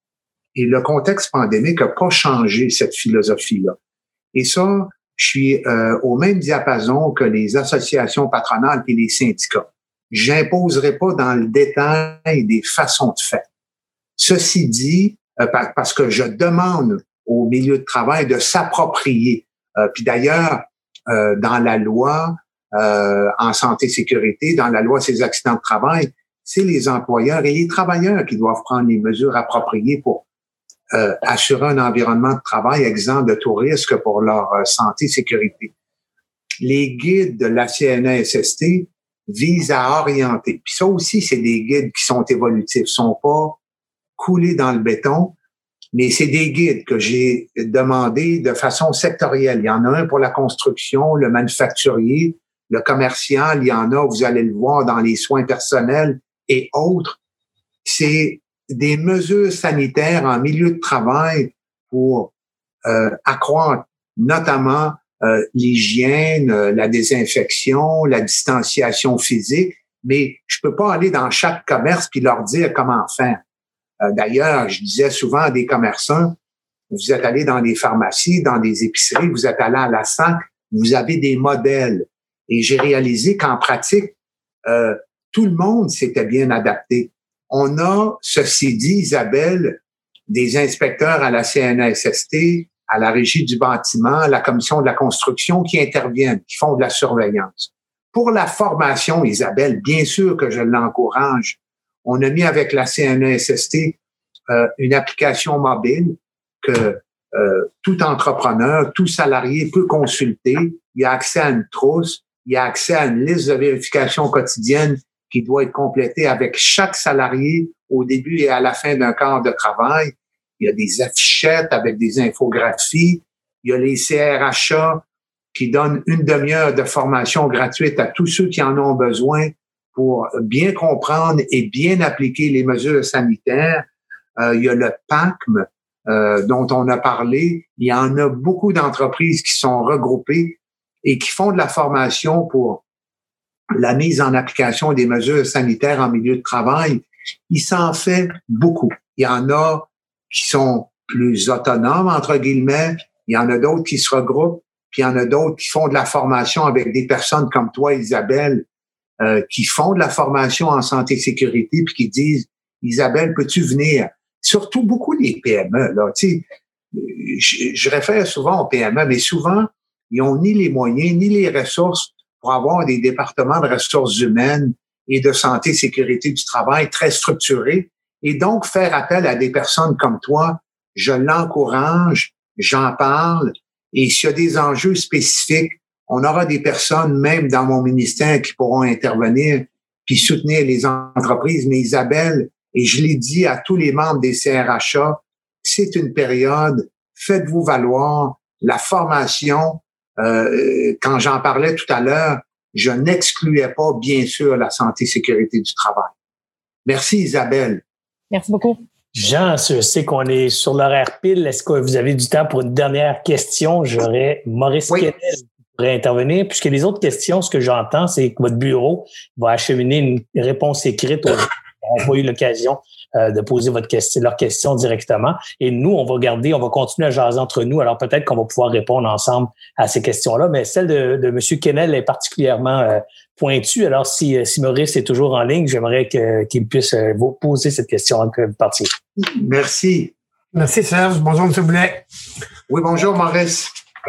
Et le contexte pandémique n'a pas changé cette philosophie-là. Et ça, je suis euh, au même diapason que les associations patronales et les syndicats. J'imposerai pas dans le détail des façons de faire. Ceci dit, euh, parce que je demande au milieu de travail de s'approprier. Euh, puis d'ailleurs, euh, dans la loi euh, en santé-sécurité, dans la loi sur les accidents de travail, c'est les employeurs et les travailleurs qui doivent prendre les mesures appropriées pour euh, assurer un environnement de travail exempt de tout risque pour leur euh, santé et sécurité. Les guides de la C N E S S T visent à orienter. Puis ça aussi, c'est des guides qui sont évolutifs, sont pas coulés dans le béton, mais c'est des guides que j'ai demandé de façon sectorielle. Il y en a un pour la construction, le manufacturier, le commercial, il y en a, vous allez le voir, dans les soins personnels et autres. C'est des mesures sanitaires en milieu de travail pour euh, accroître notamment euh, l'hygiène, euh, la désinfection, la distanciation physique, mais je peux pas aller dans chaque commerce puis leur dire comment faire. Euh, d'ailleurs, je disais souvent à des commerçants, vous êtes allés dans des pharmacies, dans des épiceries, vous êtes allés à la S A C, vous avez des modèles. Et j'ai réalisé qu'en pratique, euh, tout le monde s'était bien adapté. On a, ceci dit, Isabelle, des inspecteurs à la C N E S S T, à la Régie du bâtiment, à la Commission de la construction qui interviennent, qui font de la surveillance. Pour la formation, Isabelle, bien sûr que je l'encourage. On a mis avec la C N E S S T euh, une application mobile que euh, tout entrepreneur, tout salarié peut consulter. Il y a accès à une trousse, il y a accès à une liste de vérification quotidienne qui doit être complétée avec chaque salarié au début et à la fin d'un quart de travail. Il y a des affichettes avec des infographies. Il y a les C R H A qui donnent une demi-heure de formation gratuite à tous ceux qui en ont besoin pour bien comprendre et bien appliquer les mesures sanitaires. Euh, il y a le P A C M euh, dont on a parlé. Il y en a beaucoup d'entreprises qui sont regroupées et qui font de la formation pour la mise en application des mesures sanitaires en milieu de travail. Il s'en fait beaucoup. Il y en a qui sont plus autonomes, entre guillemets. Il y en a d'autres qui se regroupent. Puis il y en a d'autres qui font de la formation avec des personnes comme toi, Isabelle, euh, qui font de la formation en santé et sécurité, puis qui disent, Isabelle, peux-tu venir? Surtout beaucoup les P M E, là. Tu sais, je, je réfère souvent aux P M E, mais souvent, ils ont ni les moyens, ni les ressources pour avoir des départements de ressources humaines et de santé et sécurité du travail très structurés. Et donc, faire appel à des personnes comme toi, je l'encourage, j'en parle. Et s'il y a des enjeux spécifiques, on aura des personnes, même dans mon ministère, qui pourront intervenir puis soutenir les entreprises. Mais Isabelle, et je l'ai dit à tous les membres des C R H A, c'est une période, faites-vous valoir. La formation, euh, quand j'en parlais tout à l'heure, je n'excluais pas, bien sûr, la santé et sécurité du travail. Merci, Isabelle. Merci beaucoup. Jean, je sais qu'on est sur l'horaire pile. Est-ce que vous avez du temps pour une dernière question? J'aurais Maurice oui. Quesnel qui pourrait intervenir. Puisque les autres questions, ce que j'entends, c'est que votre bureau va acheminer une réponse écrite aux gens qui n'ont pas eu l'occasion euh, de poser votre question, leurs questions directement. Et nous, on va garder, on va continuer à jaser entre nous. Alors peut-être qu'on va pouvoir répondre ensemble à ces questions-là. Mais celle de, de M. Quesnel est particulièrement euh, pointue. Alors si, si Maurice est toujours en ligne, j'aimerais que, qu'il puisse euh, vous poser cette question avant que vous partiez. Merci. Merci, Serge. Bonjour, M. Boulet. Oui, bonjour, Maurice.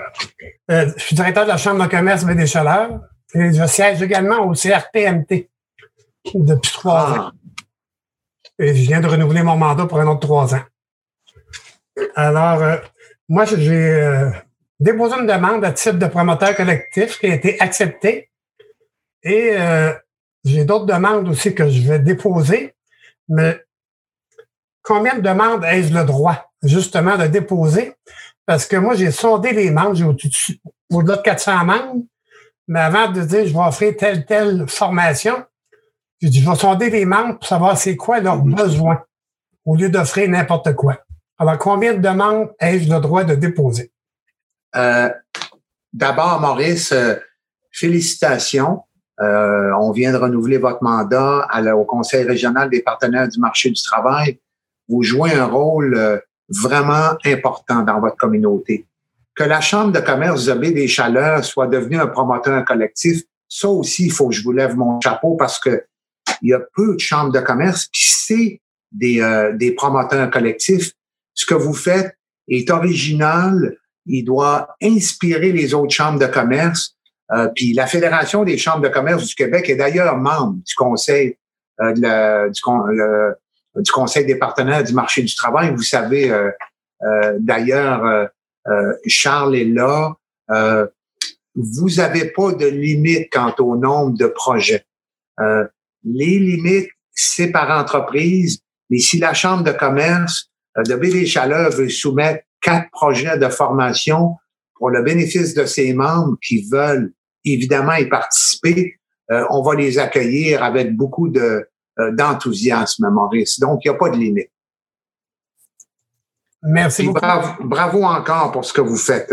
Euh, je suis directeur de la Chambre de commerce Baie des Chaleurs et je siège également au C R P M T depuis trois ah. ans. Et je viens de renouveler mon mandat pour un autre trois ans. Alors, euh, moi, j'ai euh, déposé une demande à titre de promoteur collectif qui a été acceptée. Et euh, j'ai d'autres demandes aussi que je vais déposer. Mais combien de demandes ai-je le droit, justement, de déposer? Parce que moi, j'ai sondé les membres, j'ai au-delà de quatre cents membres. Mais avant de dire, je vais offrir telle, telle formation, j'ai dit, je vais sonder les membres pour savoir c'est quoi leurs besoins, au lieu d'offrir n'importe quoi. Alors, combien de demandes ai-je le droit de déposer? Euh, d'abord, Maurice, euh, félicitations. Euh, on vient de renouveler votre mandat à la, au Conseil régional des partenaires du marché du travail. Vous jouez un rôle euh, vraiment important dans votre communauté. Que la Chambre de commerce de Baie des Chaleurs soit devenue un promoteur collectif, ça aussi, il faut que je vous lève mon chapeau parce que il y a peu de chambres de commerce qui c'est des, euh, des promoteurs collectifs. Ce que vous faites est original. Il doit inspirer les autres chambres de commerce. Euh, puis la Fédération des chambres de commerce du Québec est d'ailleurs membre du Conseil euh, de la, du, le, du Conseil des partenaires du marché du travail. Vous savez, euh, euh, d'ailleurs, euh, euh, Charles est là. Euh, vous n'avez pas de limite quant au nombre de projets. Euh, les limites, c'est par entreprise. Mais si la Chambre de commerce euh, de Baie-des-Chaleurs veut soumettre quatre projets de formation pour le bénéfice de ses membres qui veulent évidemment y participer, euh, on va les accueillir avec beaucoup de, euh, d'enthousiasme, Maurice. Donc, il n'y a pas de limite. Merci Et beaucoup. Bravo, bravo encore pour ce que vous faites.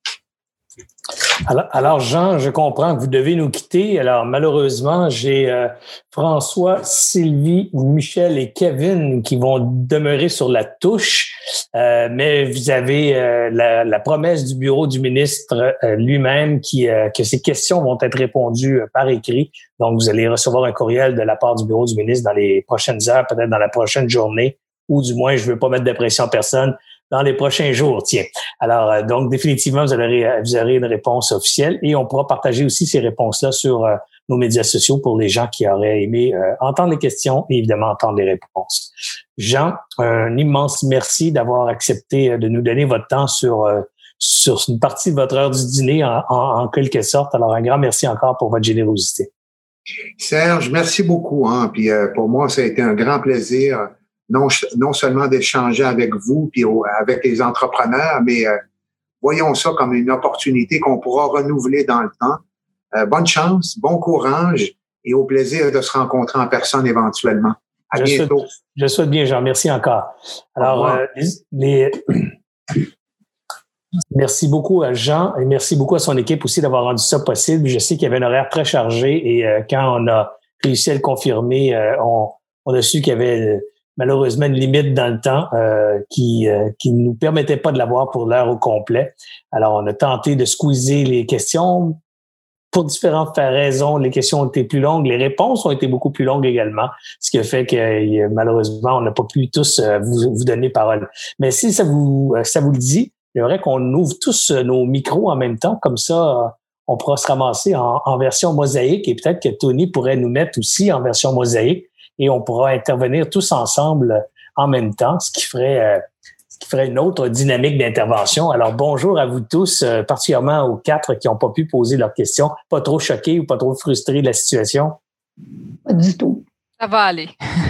Alors, alors, Jean, je comprends que vous devez nous quitter. Alors, malheureusement, j'ai euh, François, Sylvie, Michel et Kevin qui vont demeurer sur la touche. Euh, mais vous avez euh, la, la promesse du bureau du ministre euh, lui-même qui euh, que ces questions vont être répondues euh, par écrit. Donc, vous allez recevoir un courriel de la part du bureau du ministre dans les prochaines heures, peut-être dans la prochaine journée, ou du moins, je ne veux pas mettre de pression à personne, dans les prochains jours, tiens. Alors, euh, donc, définitivement, vous aurez, vous aurez une réponse officielle et on pourra partager aussi ces réponses-là sur euh, nos médias sociaux pour les gens qui auraient aimé euh, entendre les questions et évidemment entendre les réponses. Jean, un immense merci d'avoir accepté de nous donner votre temps sur, euh, sur une partie de votre heure du dîner en, en, en quelque sorte. Alors, un grand merci encore pour votre générosité. Serge, merci beaucoup. Hein. Puis euh, pour moi, ça a été un grand plaisir. Non, non seulement d'échanger avec vous puis avec les entrepreneurs, mais euh, voyons ça comme une opportunité qu'on pourra renouveler dans le temps. Euh, bonne chance, bon courage et au plaisir de se rencontrer en personne éventuellement. À je bientôt. Souhaite, je souhaite bien, Jean. Merci encore. Alors, euh, les, les... merci beaucoup à Jean et merci beaucoup à son équipe aussi d'avoir rendu ça possible. Je sais qu'il y avait un horaire très chargé et euh, quand on a réussi à le confirmer, euh, on, on a su qu'il y avait malheureusement une limite dans le temps euh, qui euh, qui nous permettait pas de l'avoir pour l'heure au complet. Alors, on a tenté de squeezer les questions. Pour différentes raisons, les questions ont été plus longues, les réponses ont été beaucoup plus longues également, ce qui a fait que malheureusement, on n'a pas pu tous euh, vous, vous donner parole. Mais si ça vous ça vous le dit, j'aimerais qu'on ouvre tous nos micros en même temps, comme ça, on pourra se ramasser en, en version mosaïque et peut-être que Tony pourrait nous mettre aussi en version mosaïque. Et on pourra intervenir tous ensemble en même temps, ce qui ferait, euh, ce qui ferait une autre dynamique d'intervention. Alors, bonjour à vous tous, euh, particulièrement aux quatre qui n'ont pas pu poser leurs questions. Pas trop choqués ou pas trop frustrés de la situation? Pas du tout. Ça va aller.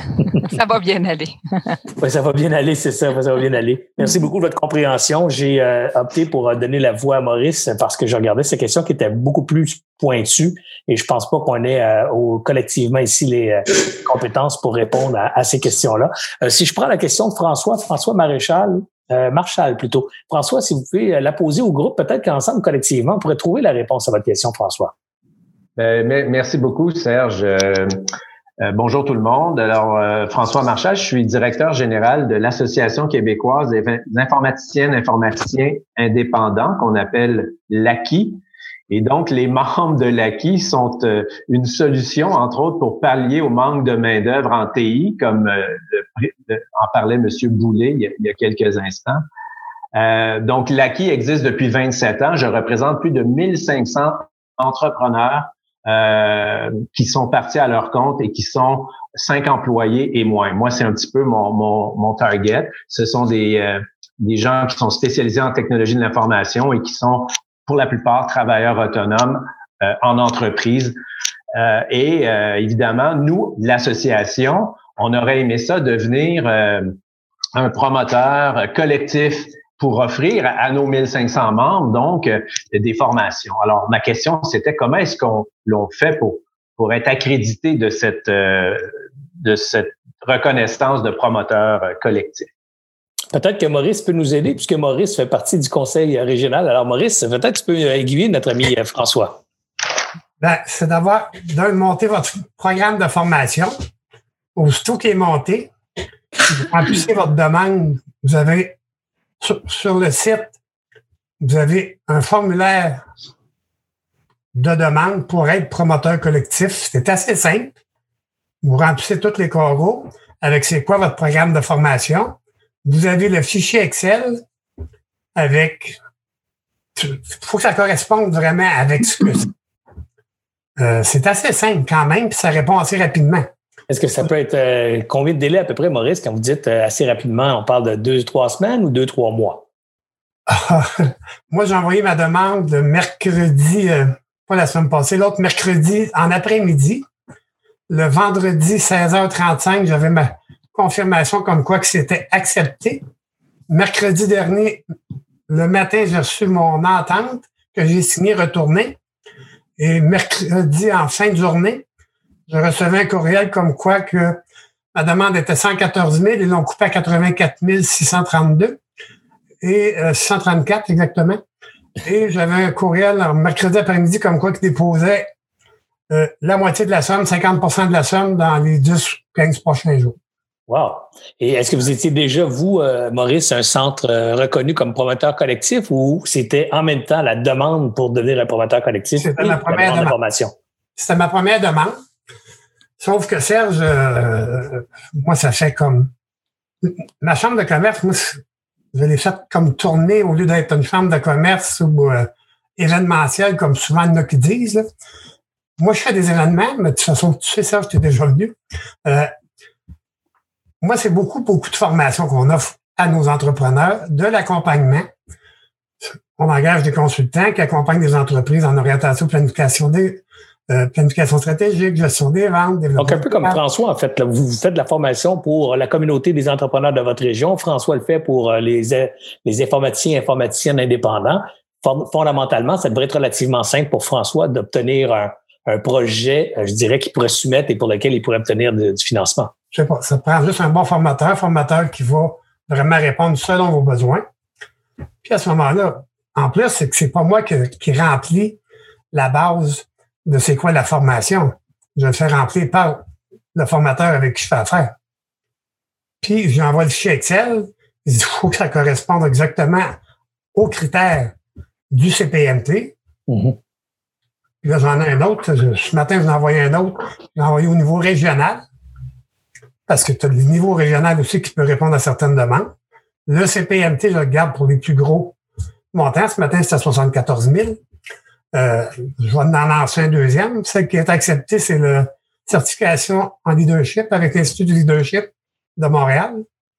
Ça va bien aller. Oui, ça va bien aller, c'est ça. Ça va bien aller. Merci beaucoup de votre compréhension. J'ai euh, opté pour donner la voix à Maurice parce que je regardais ces questions qui étaient beaucoup plus pointues et je pense pas qu'on ait euh, au, collectivement ici les euh, compétences pour répondre à, à ces questions-là. Euh, si je prends la question de François, François Maréchal, euh, Marchal plutôt. François, si vous pouvez la poser au groupe, peut-être qu'ensemble, collectivement, on pourrait trouver la réponse à votre question, François. Euh, merci beaucoup, Serge. Euh, Euh, bonjour tout le monde. Alors, euh, François Marchal, je suis directeur général de l'Association québécoise des informaticiennes, informaticiens indépendants, qu'on appelle l'A Q I. Et donc, les membres de l'A Q I sont euh, une solution, entre autres, pour pallier au manque de main-d'œuvre en T I, comme euh, de, de, en parlait M. Boulay il y a, il y a quelques instants. Euh, donc, l'A Q I existe depuis vingt-sept ans. Je représente plus de mille cinq cents entrepreneurs Euh, qui sont partis à leur compte et qui sont cinq employés et moins. Moi, c'est un petit peu mon mon, mon target. Ce sont des euh, des gens qui sont spécialisés en technologie de l'information et qui sont, pour la plupart, travailleurs autonomes euh, en entreprise. Euh, et euh, évidemment, nous, l'association, on aurait aimé ça devenir euh, un promoteur collectif pour offrir à nos mille cinq cents membres, donc, euh, des formations. Alors, ma question, c'était comment est-ce qu'on l'on fait pour pour être accrédité de cette euh, de cette reconnaissance de promoteur euh, collectif? Peut-être que Maurice peut nous aider, puisque Maurice fait partie du conseil régional. Alors, Maurice, peut-être que tu peux aiguiller notre ami François. Ben, c'est d'avoir, de monter votre programme de formation. Aussitôt qu'il est monté, vous remplissez votre demande. Vous avez Sur, sur le site, vous avez un formulaire de demande pour être promoteur collectif. C'est assez simple. Vous remplissez tous les carreaux avec c'est quoi votre programme de formation. Vous avez le fichier Excel avec... Il faut que ça corresponde vraiment avec ce que c'est. Euh, c'est assez simple quand même, puis ça répond assez rapidement. Est-ce que ça peut être euh, combien de délais à peu près, Maurice, quand vous dites euh, assez rapidement, on parle de deux, trois semaines ou deux, trois mois? Moi, j'ai envoyé ma demande le mercredi, euh, pas la semaine passée, l'autre mercredi en après-midi. Le vendredi, seize heures trente-cinq, j'avais ma confirmation comme quoi que c'était accepté. Mercredi dernier, le matin, j'ai reçu mon entente que j'ai signée retournée. Et mercredi, en fin de journée, je recevais un courriel comme quoi que ma demande était cent quatorze mille, ils l'ont coupé à quatre-vingt-quatre mille six cent trente-deux et euh, six cent trente-quatre exactement. Et j'avais un courriel en mercredi après-midi comme quoi qu'ils déposaient euh, la moitié de la somme, cinquante pour cent de la somme dans les dix ou quinze prochains jours. Wow! Et est-ce que vous étiez déjà, vous, euh, Maurice, un centre euh, reconnu comme promoteur collectif ou c'était en même temps la demande pour devenir un promoteur collectif? C'était ma première la demande. C'était ma première demande. Sauf que Serge, euh, moi, ça fait comme... Ma chambre de commerce, moi, je l'ai faite comme tournée au lieu d'être une chambre de commerce ou euh, événementielle, comme souvent il y en a qui disent. Là. Moi, je fais des événements, mais de toute façon, tu sais, Serge, tu es déjà venu. Euh, moi, c'est beaucoup, beaucoup de formations qu'on offre à nos entrepreneurs, de l'accompagnement. On engage des consultants qui accompagnent des entreprises en orientation, planification des... Euh, planification stratégique, gestion des ventes, développement. Donc, un peu comme François, en fait, là, vous faites de la formation pour la communauté des entrepreneurs de votre région. François le fait pour les, les informaticiens et informaticiennes indépendants. Fondamentalement, ça devrait être relativement simple pour François d'obtenir un, un projet, je dirais, qu'il pourrait soumettre et pour lequel il pourrait obtenir de, du financement. Je sais pas, ça prend juste un bon formateur, un formateur qui va vraiment répondre selon vos besoins. Puis à ce moment-là, en plus, c'est que c'est pas moi qui, qui remplis la base de c'est quoi la formation. Je le fais remplir par le formateur avec qui je fais affaire. Puis, j'envoie le fichier Excel. Il faut que ça corresponde exactement aux critères du C P M T. Mm-hmm. Puis là, j'en ai un autre. Ce matin, j'en ai envoyé un autre. J'ai envoyé au niveau régional. Parce que tu as le niveau régional aussi qui peut répondre à certaines demandes. Le C P M T, je le garde pour les plus gros montants. Ce matin, c'était à soixante-quatorze mille. Euh, je vais en lancer un deuxième. Celle qui est acceptée, c'est la certification en leadership avec l'Institut du leadership de Montréal.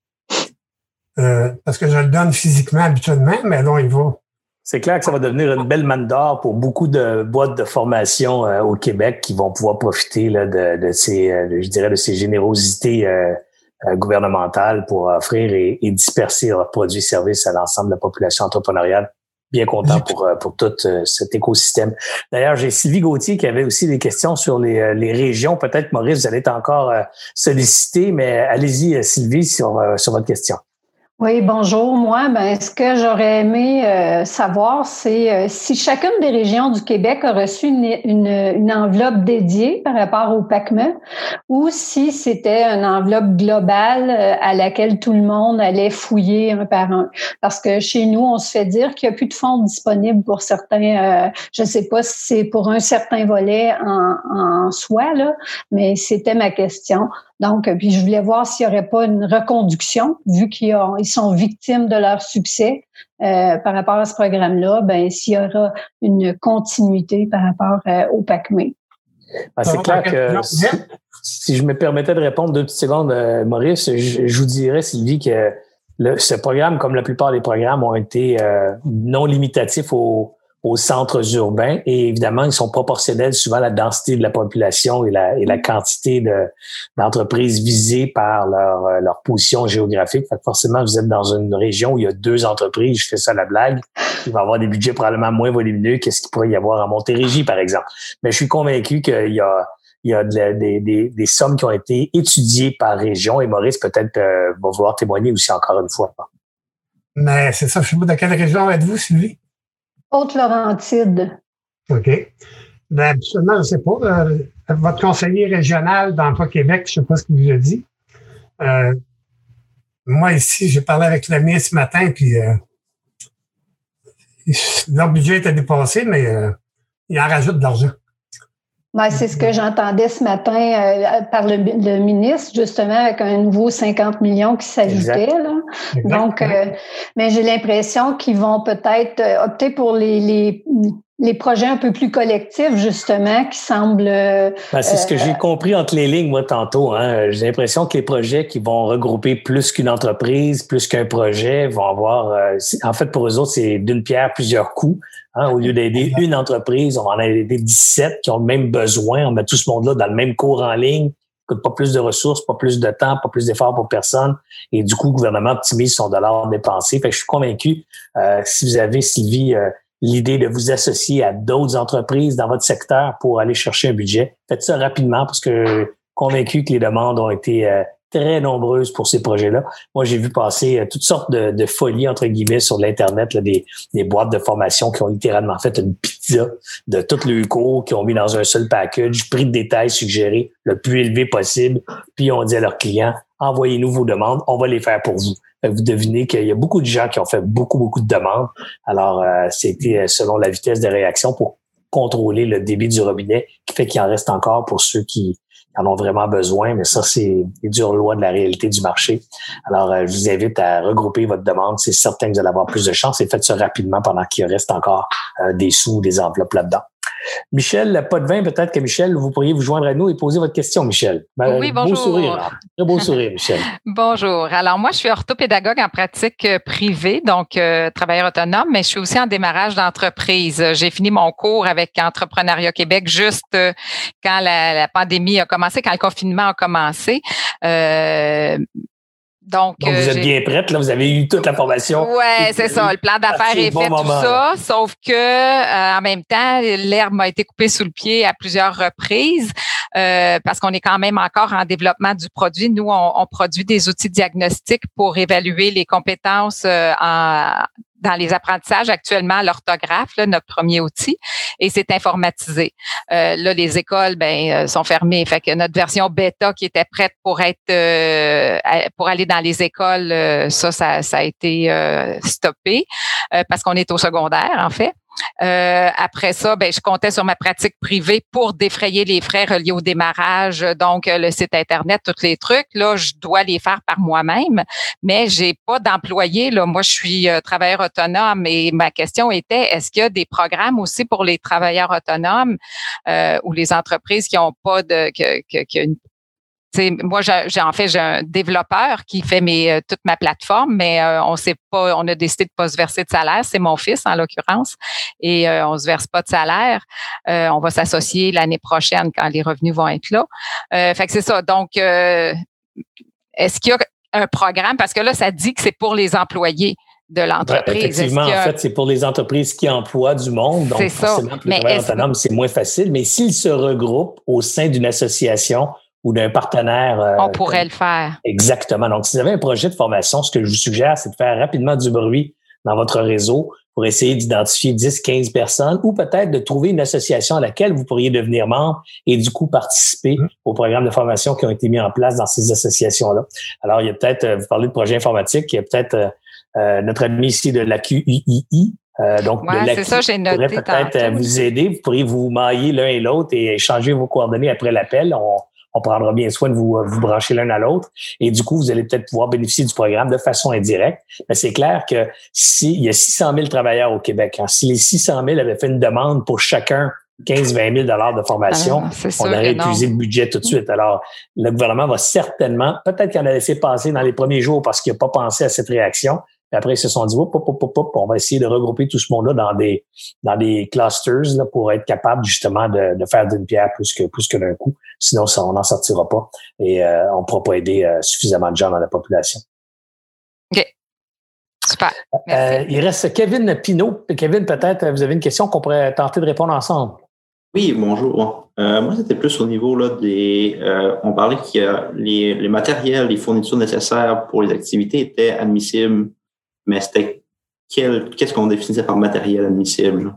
Euh, parce que je le donne physiquement habituellement, mais là, il va. C'est clair que ça va devenir une belle manne d'or pour beaucoup de boîtes de formation euh, au Québec qui vont pouvoir profiter là, de, de ces, euh, je dirais, de ces générosités euh, euh, gouvernementales pour offrir et, et disperser leurs produits et services à l'ensemble de la population entrepreneuriale. Bien content pour, pour tout cet écosystème. D'ailleurs, j'ai Sylvie Gauthier qui avait aussi des questions sur les, les régions. Peut-être, Maurice, vous allez être encore sollicité, mais allez-y, Sylvie, sur, sur votre question. Oui, bonjour. Moi, ben, ce que j'aurais aimé euh, savoir, c'est euh, si chacune des régions du Québec a reçu une, une, une enveloppe dédiée par rapport au P A C M E ou si c'était une enveloppe globale euh, à laquelle tout le monde allait fouiller un par un. Parce que chez nous, on se fait dire qu'il n'y a plus de fonds disponibles pour certains, euh, je ne sais pas si c'est pour un certain volet en, en soi, là, mais c'était ma question. Donc, puis je voulais voir s'il n'y aurait pas une reconduction, vu qu'ils ont, ils sont victimes de leur succès euh, par rapport à ce programme-là, ben s'il y aura une continuité par rapport euh, au P A C M E. Ben, c'est clair que si, si je me permettais de répondre deux petites secondes, euh, Maurice, je, je vous dirais, Sylvie, que le, ce programme, comme la plupart des programmes, ont été euh, non limitatifs aux aux centres urbains et évidemment, ils sont proportionnels souvent à la densité de la population et la, et la quantité de, d'entreprises visées par leur, leur position géographique. Fait que forcément, vous êtes dans une région où il y a deux entreprises, je fais ça à la blague, il va y avoir des budgets probablement moins volumineux que ce qu'il pourrait y avoir à Montérégie, par exemple. Mais je suis convaincu qu'il y a il y a de, des, des, des sommes qui ont été étudiées par région et Maurice peut-être euh, va vouloir témoigner aussi encore une fois. Mais c'est ça, je sais pas de quelle région êtes-vous, Sylvie? Haute-Laurentide. OK. Ben, absolument, je ne sais pas. Euh, votre conseiller régional d'Emploi Québec, je ne sais pas ce qu'il vous a dit. Euh, moi, ici, j'ai parlé avec le ministre ce matin, puis euh, leur budget était dépassé, mais euh, il en rajoute de l'argent. Ben, c'est ce que j'entendais ce matin euh, par le, le ministre, justement, avec un nouveau cinquante millions qui s'ajoutait. Là. Donc, euh, mais j'ai l'impression qu'ils vont peut-être opter pour les, les, les projets un peu plus collectifs, justement, qui semblent... Euh, ben, c'est ce que j'ai compris entre les lignes, moi, tantôt. Hein. J'ai l'impression que les projets qui vont regrouper plus qu'une entreprise, plus qu'un projet, vont avoir... Euh, en fait, pour eux autres, c'est d'une pierre plusieurs coups. Hein. Au lieu d'aider une entreprise, on va en aider dix-sept qui ont le même besoin. On met tout ce monde-là dans le même cours en ligne. Coûte pas plus de ressources, pas plus de temps, pas plus d'efforts pour personne. Et du coup, le gouvernement optimise son dollar dépensé. Fait que je suis convaincu, euh, si vous avez, Sylvie... Euh, l'idée de vous associer à d'autres entreprises dans votre secteur pour aller chercher un budget. Faites ça rapidement parce que je suis convaincu que les demandes ont été euh, très nombreuses pour ces projets-là. Moi, j'ai vu passer euh, toutes sortes de, de folies, entre guillemets, sur l'Internet, là, des, des boîtes de formation qui ont littéralement fait une pizza de tous les cours, qui ont mis dans un seul package, prix de détail suggéré le plus élevé possible, puis on dit à leurs clients, envoyez-nous vos demandes, on va les faire pour vous. Vous devinez qu'il y a beaucoup de gens qui ont fait beaucoup, beaucoup de demandes. Alors, euh, c'était selon la vitesse de réaction pour contrôler le débit du robinet, qui fait qu'il en reste encore pour ceux qui en ont vraiment besoin. Mais ça, c'est les dures lois de la réalité du marché. Alors, euh, je vous invite à regrouper votre demande. C'est certain que vous allez avoir plus de chance et faites ça rapidement pendant qu'il reste encore euh, des sous ou des enveloppes là-dedans. Michel, pas de vin, peut-être que Michel, vous pourriez vous joindre à nous et poser votre question, Michel. Oui, bonjour. Beau sourire, là. Très beau sourire, Michel. Bonjour. Alors, moi, je suis orthopédagogue en pratique privée, donc euh, travailleur autonome, mais je suis aussi en démarrage d'entreprise. J'ai fini mon cours avec Entrepreneuriat Québec juste euh, quand la, la pandémie a commencé, quand le confinement a commencé. Euh, Donc, Donc, vous êtes bien prête, là, vous avez eu toute la formation. Oui, c'est ça. Le plan d'affaires est fait, tout ça. Sauf que, euh, en même temps, l'herbe m'a été coupée sous le pied à plusieurs reprises euh, parce qu'on est quand même encore en développement du produit. Nous, on, on produit des outils diagnostiques pour évaluer les compétences euh, en dans les apprentissages actuellement, l'orthographe, là, notre premier outil, et c'est informatisé. Euh, là, les écoles, ben, sont fermées. Fait que notre version bêta qui était prête pour être, euh, pour aller dans les écoles, euh, ça, ça, ça a été euh, stoppé euh, parce qu'on est au secondaire, en fait. Euh, après ça, ben, je comptais sur ma pratique privée pour défrayer les frais reliés au démarrage, donc le site Internet, tous les trucs. Là, je dois les faire par moi-même, mais j'ai pas d'employé. Là, moi, je suis euh, travailleur autonome et ma question était, est-ce qu'il y a des programmes aussi pour les travailleurs autonomes euh, ou les entreprises qui ont pas de que, que, que une T'sais, moi, j'ai, j'ai en fait j'ai un développeur qui fait mes euh, toute ma plateforme, mais euh, on sait pas, on a décidé de pas se verser de salaire. C'est mon fils en l'occurrence, et euh, on se verse pas de salaire. Euh, on va s'associer l'année prochaine quand les revenus vont être là. Euh, fait que c'est ça. Donc, euh, est-ce qu'il y a un programme, parce que là, ça dit que c'est pour les employés de l'entreprise. Ben, effectivement, a... en fait, c'est pour les entreprises qui emploient du monde. Donc, c'est forcément, ça. pour les travailleurs autonomes, c'est moins facile. Mais s'ils se regroupent au sein d'une association ou d'un partenaire... Euh, on pourrait comme... le faire. Exactement. Donc, si vous avez un projet de formation, ce que je vous suggère, c'est de faire rapidement du bruit dans votre réseau pour essayer d'identifier dix, quinze personnes ou peut-être de trouver une association à laquelle vous pourriez devenir membre et du coup participer mmh. aux programmes de formation qui ont été mis en place dans ces associations-là. Alors, il y a peut-être, vous parlez de projet informatique, il y a peut-être euh, notre ami ici de l'A Q U I I, Euh, donc, ouais, le c'est ça, j'ai noté pourrait peut-être tantôt. Vous aider. Vous pourriez vous mailler l'un et l'autre et échanger vos coordonnées après l'appel. On, on prendra bien soin de vous, vous brancher l'un à l'autre. Et du coup, vous allez peut-être pouvoir bénéficier du programme de façon indirecte. Mais c'est clair que s'il y a six cent mille travailleurs au Québec, hein, si les six cent mille avaient fait une demande pour chacun quinze à vingt mille dollars de formation, ah, on aurait épuisé le budget tout de suite. Alors, le gouvernement va certainement, peut-être qu'il en a laissé passer dans les premiers jours parce qu'il n'a pas pensé à cette réaction. Puis après, ils se sont dit, hop, hop, hop, hop, on va essayer de regrouper tout ce monde-là dans des dans des clusters là, pour être capable justement de, de faire d'une pierre plus que plus que d'un coup. Sinon, ça, on n'en sortira pas et euh, on ne pourra pas aider euh, suffisamment de gens dans la population. OK. Super. Euh, il reste Kevin Pinault. Kevin, peut-être, vous avez une question qu'on pourrait tenter de répondre ensemble. Oui, bonjour. Euh, moi, c'était plus au niveau là des. Euh, on parlait que les, les matériels, les fournitures nécessaires pour les activités étaient admissibles. Mais c'était quel, qu'est-ce qu'on définissait par matériel admissible?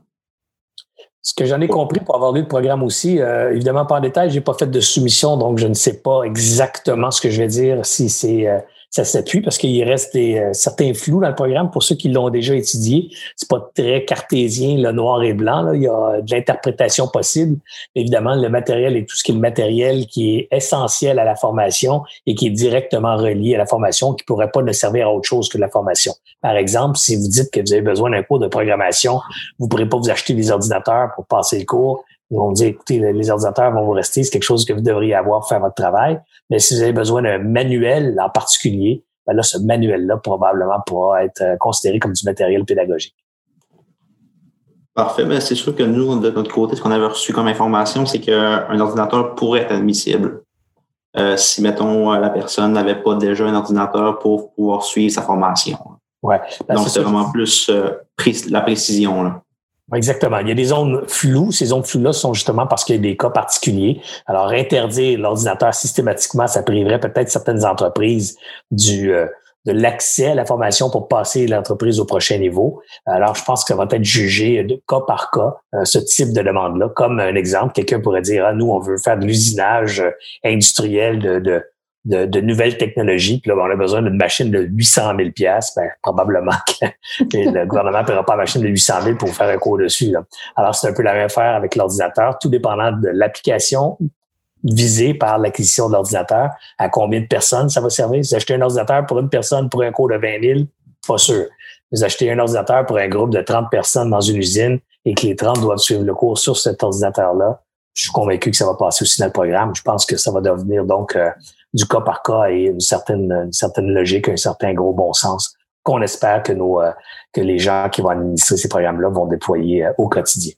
Ce que j'en ai compris pour avoir lu le programme aussi, euh, évidemment pas en détail, j'ai pas fait de soumission, donc je ne sais pas exactement ce que je vais dire, si c'est euh, ça s'appuie parce qu'il reste des, euh, certains flous dans le programme pour ceux qui l'ont déjà étudié. C'est pas très cartésien, le noir et blanc. Là. Il y a de l'interprétation possible. Évidemment, le matériel et tout ce qui est le matériel qui est essentiel à la formation et qui est directement relié à la formation, qui pourrait pas ne servir à autre chose que de la formation. Par exemple, si vous dites que vous avez besoin d'un cours de programmation, vous pourrez pas vous acheter des ordinateurs pour passer le cours. Ils vont dire, écoutez, les ordinateurs vont vous rester, c'est quelque chose que vous devriez avoir pour faire votre travail. Mais si vous avez besoin d'un manuel en particulier, ben là, ce manuel-là probablement pourra être considéré comme du matériel pédagogique. Parfait. Ben, c'est sûr que nous, de notre côté, ce qu'on avait reçu comme information, c'est qu'un ordinateur pourrait être admissible. Euh, si, mettons, la personne n'avait pas déjà un ordinateur pour pouvoir suivre sa formation. Ouais. Ben, donc, c'est, c'est vraiment plus euh, pré- la précision, là. Exactement. Il y a des zones floues. Ces zones floues-là sont justement parce qu'il y a des cas particuliers. Alors, interdire l'ordinateur systématiquement, ça priverait peut-être certaines entreprises du euh, de l'accès à la formation pour passer l'entreprise au prochain niveau. Alors, je pense que ça va être jugé de cas par cas, euh, ce type de demande-là. Comme un exemple, quelqu'un pourrait dire, ah, nous, on veut faire de l'usinage industriel de, de De, de nouvelles technologies. Puis là, on a besoin d'une machine de huit cent mille dollars. Ben, probablement que le gouvernement ne paiera pas la machine de huit cent mille pour faire un cours dessus. Là. Alors, c'est un peu la même affaire avec l'ordinateur, tout dépendant de l'application visée par l'acquisition de l'ordinateur. À combien de personnes ça va servir? Si vous achetez un ordinateur pour une personne pour un cours de vingt mille, pas sûr. Vous achetez un ordinateur pour un groupe de trente personnes dans une usine et que les trente doivent suivre le cours sur cet ordinateur-là. Je suis convaincu que ça va passer aussi dans le programme. Je pense que ça va devenir donc euh, du cas par cas et une certaine, une certaine logique, un certain gros bon sens qu'on espère que nos euh, que les gens qui vont administrer ces programmes-là vont déployer euh, au quotidien.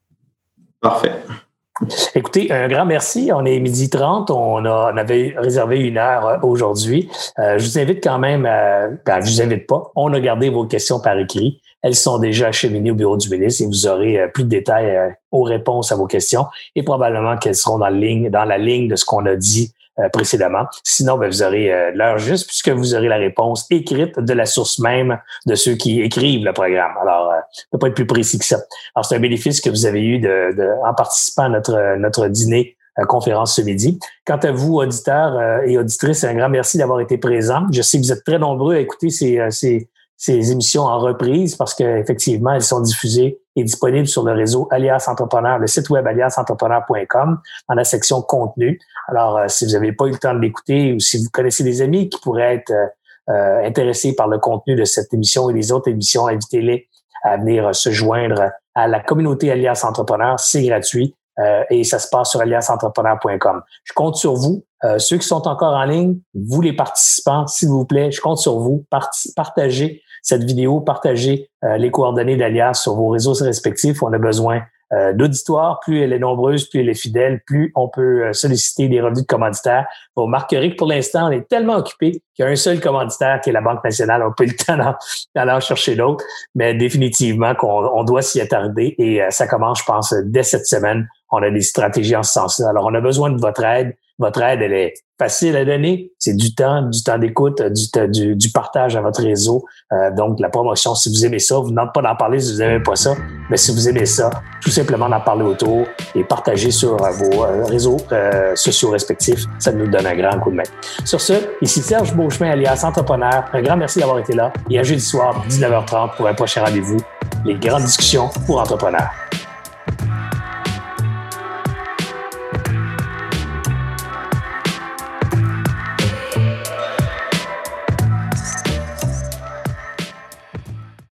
Parfait. Écoutez, un grand merci. On est midi trente. On, a, on avait réservé une heure euh, aujourd'hui. Euh, je vous invite quand même, à, ben, je vous invite pas. On a gardé vos questions par écrit. Elles sont déjà acheminées au bureau du ministre et vous aurez euh, plus de détails euh, aux réponses à vos questions et probablement qu'elles seront dans la ligne, dans la ligne de ce qu'on a dit euh, précédemment. Sinon, ben, vous aurez euh, l'heure juste puisque vous aurez la réponse écrite de la source même de ceux qui écrivent le programme. Alors, euh, ça peut pas être plus précis que ça. Alors, c'est un bénéfice que vous avez eu de, de en participant à notre, notre dîner euh, conférence ce midi. Quant à vous, auditeurs euh, et auditrices, un grand merci d'avoir été présents. Je sais que vous êtes très nombreux à écouter ces, euh, ces ces émissions en reprise parce qu'effectivement, elles sont diffusées et disponibles sur le réseau Alias Entrepreneur, le site web alias entrepreneur point com, dans la section contenu. Alors, euh, si vous n'avez pas eu le temps de l'écouter ou si vous connaissez des amis qui pourraient être euh, intéressés par le contenu de cette émission et des autres émissions, invitez-les à venir se joindre à la communauté Alias Entrepreneur. C'est gratuit euh, et ça se passe sur alias entrepreneur point com. Je compte sur vous. Euh, ceux qui sont encore en ligne, vous les participants, s'il vous plaît, je compte sur vous. Parti- partagez cette vidéo, partagez euh, les coordonnées d'Alias sur vos réseaux respectifs. On a besoin euh, d'auditoire. Plus elle est nombreuse, plus elle est fidèle, plus on peut euh, solliciter des revenus de commanditaires. Vous remarquerez que pour l'instant, on est tellement occupé qu'il y a un seul commanditaire qui est la Banque nationale. On n'a pas eu le temps d'en, d'aller en chercher d'autres, mais définitivement qu'on on doit s'y attarder et euh, ça commence, je pense, dès cette semaine. On a des stratégies en ce sens-là. Alors, on a besoin de votre aide. Votre aide, elle est facile à donner. C'est du temps, du temps d'écoute, du, du, du partage à votre réseau. Euh, donc, la promotion, si vous aimez ça, vous n'êtes pas d'en parler si vous n'aimez pas ça. Mais si vous aimez ça, tout simplement d'en parler autour et partager sur euh, vos euh, réseaux euh, sociaux respectifs. Ça nous donne un grand coup de main. Sur ce, ici Serge Beauchemin, alias Entrepreneur. Un grand merci d'avoir été là. Et à jeudi soir, dix-neuf heures trente, pour un prochain rendez-vous. Les grandes discussions pour entrepreneurs.